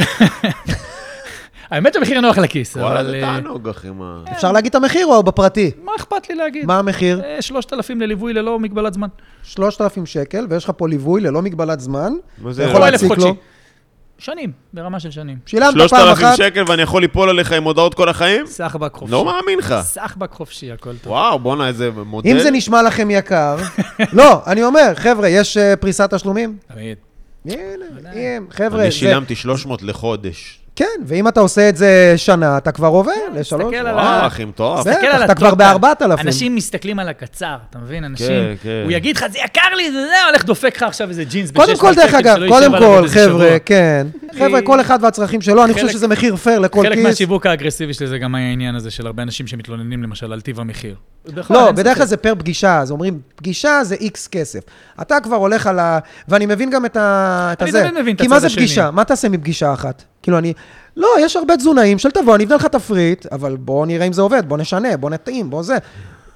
[SPEAKER 3] האמת שהמחיר נוח לכיס,
[SPEAKER 2] וואלה, זה תענוג, אחי, מה...
[SPEAKER 1] אפשר להגיד את המחיר או בפרטי?
[SPEAKER 3] מה אכפת לי להגיד?
[SPEAKER 1] מה המחיר?
[SPEAKER 3] 3,000 לליווי ללא מגבלת זמן.
[SPEAKER 1] 3,000 שקל, ויש לך פה ליווי ללא מגבלת זמן.
[SPEAKER 2] מה זה?
[SPEAKER 1] יכול להציק לו.
[SPEAKER 3] שנים, ברמה של שנים.
[SPEAKER 1] שילמת פעם אחת.
[SPEAKER 2] 3,000 שקל ואני יכול ליפול עליך עם הודעות כל החיים?
[SPEAKER 3] סחבק חופשי.
[SPEAKER 2] לא מאמין לך.
[SPEAKER 3] סחבק חופשי, הכל טוב.
[SPEAKER 2] וואו, בוא'נה, איזה מודל.
[SPEAKER 1] אם זה נשמע לכם יקר, לא, אני אומר, חבר'ה, יש פריסת תשלומים?
[SPEAKER 3] תמיד.
[SPEAKER 1] הנה, חבר'ה.
[SPEAKER 2] אני שילמתי 300 לחודש.
[SPEAKER 1] כן, ואם אתה עושה את זה שנה, אתה כבר עובר לשלוש.
[SPEAKER 2] וואו, אחי, מטורף.
[SPEAKER 1] אתה כבר ב4,000.
[SPEAKER 3] אנשים מסתכלים על הקצר, אתה מבין? אנשים, הוא יגיד לך, זה יקר לי, זה הולך דופק לך עכשיו איזה ג'ינס.
[SPEAKER 1] קודם כל, דרך אגב, קודם כל, חבר'ה, כן. חבר'ה, כל אחד והצרכים שלו, אני חושב שזה מחיר פייר לכל כיס.
[SPEAKER 3] חלק מהשיווק האגרסיבי שלי זה גם העניין הזה של הרבה אנשים שמתלוננים למשל על טיב המחיר.
[SPEAKER 1] לא, בדרך כלל זה פר פגישה, אז אומרים, פגישה זה X כסף. אתה כבר הולך על ה... ואני מבין גם את זה. כי מה זה פגישה? מה תעשה מפגישה אחת? כאילו לא, יש הרבה תזונאים של תבוא, אני אבנה לך תפריט, אבל בוא נראה אם זה עובד, בוא נשנה, בוא נטעים, בוא זה.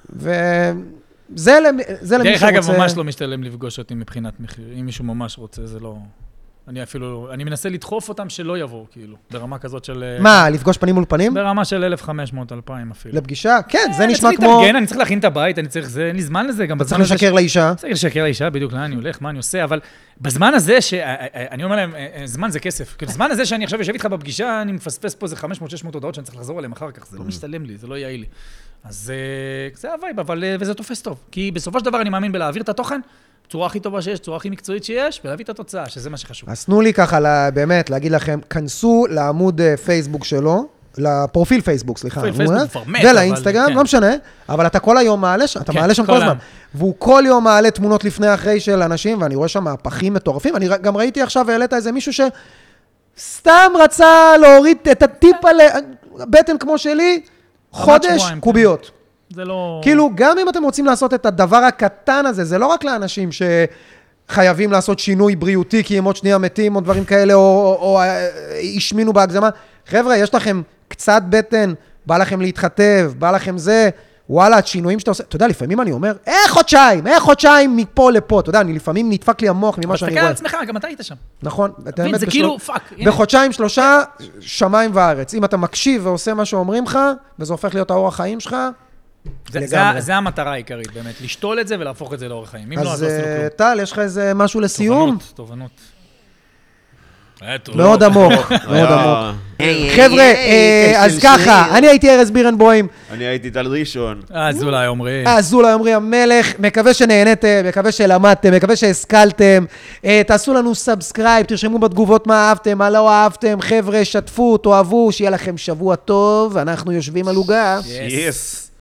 [SPEAKER 1] וזה למי שרוצה...
[SPEAKER 3] דרך אגב, ממש לא משתלם לפגוש אותי מבחינת מחיר. אם מישהו ממש רוצה, זה לא... אני מנסה לדחוף אותם שלא יבואו, כאילו, ברמה כזאת של...
[SPEAKER 1] מה, לפגוש פנים מול פנים?
[SPEAKER 3] ברמה של 1,500, 2,000 אפילו.
[SPEAKER 1] לפגישה? כן, זה נשמע כמו...
[SPEAKER 3] אני צריך להתארגן, אני צריך להכין את הבית, אין לי זמן לזה.
[SPEAKER 1] אתה צריך לשקר לאישה.
[SPEAKER 3] צריך לשקר לאישה, בדיוק, לאן אני הולך, מה אני עושה, אבל בזמן הזה אני אומר להם, זמן זה כסף. בזמן הזה שאני עכשיו יושב איתך בפגישה, אני מפספס פה איזה 500-600 הודעות שאני צריך לחזור עליהם אחר כך, זה לא משתלם לי, זה לא יעיל לי. אז זה הווייב, אבל וזה תופס טוב. כי בסופו של דבר אני מאמין בלהעביר את התוכן, צורה הכי טובה שיש, צורה הכי מקצועית שיש, ולהביא את התוצאה, שזה מה שחשוב.
[SPEAKER 1] אז תנו לי ככה, באמת, להגיד לכם, כנסו לעמוד פייסבוק שלו, לפרופיל פייסבוק, סליחה.
[SPEAKER 3] פרופיל פייסבוק כבר מת,
[SPEAKER 1] ולאינסטגרם, לא משנה, אבל אתה כל היום מעלה שם, אתה מעלה שם כל הזמן. והוא כל יום מעלה תמונות לפני אחרי של אנשים, ואני רואה שם מהפכים מטורפים. אני גם ראיתי עכשיו, העלית איזה מישהו שסתם רצה להוריד את הטיפ על בטן כמו שלי, חודש קוביות.
[SPEAKER 3] זה לא...
[SPEAKER 1] כאילו, גם אם אתם רוצים לעשות את הדבר הקטן הזה, זה לא רק לאנשים שחייבים לעשות שינוי בריאותי, כי הם עוד שנייה מתים, או דברים כאלה, או השמינו בהגזמה. חבר'ה, יש לכם קצת בטן, בא לכם להתחתב, בא לכם זה, וואלה, השינויים שאתה עושה, אתה יודע, לפעמים אני אומר, חודשיים מפה לפה, אתה יודע, אני לפעמים נדפק לי המוח ממה שאני רואה.
[SPEAKER 3] אבל תסתכל על עצמך, גם אתה היית שם.
[SPEAKER 1] נכון.
[SPEAKER 3] זה כאילו, פאק.
[SPEAKER 1] בחודשיים, 3, שמיים וארץ. אם אתה מקשיב ועושה מה שאומרים לך, וזה הופך להיות האורח חיים שלך,
[SPEAKER 3] זה המטרה העיקרית, באמת, לשתול את זה ולהפוך את זה לאורח חיים.
[SPEAKER 1] אז טל, יש לך איזה משהו לסיום?
[SPEAKER 3] תובנות.
[SPEAKER 1] מאוד עמוק, מאוד עמוק. חבר'ה, אז ככה, אני הייתי ארז בירנבוים.
[SPEAKER 2] אני הייתי טל ראשון.
[SPEAKER 3] אזולאי עומרי.
[SPEAKER 1] אזולאי עומרי המלך, מקווה שנהנתם, מקווה שלמדתם, מקווה שהשכלתם. תעשו לנו סאבסקרייב, תרשמו בתגובות מה אהבתם, מה לא אהבתם. חבר'ה, שתפו, תאהבו, שיהיה לכם שבוע טוב, אנחנו יושבים על עוגה.
[SPEAKER 2] יס.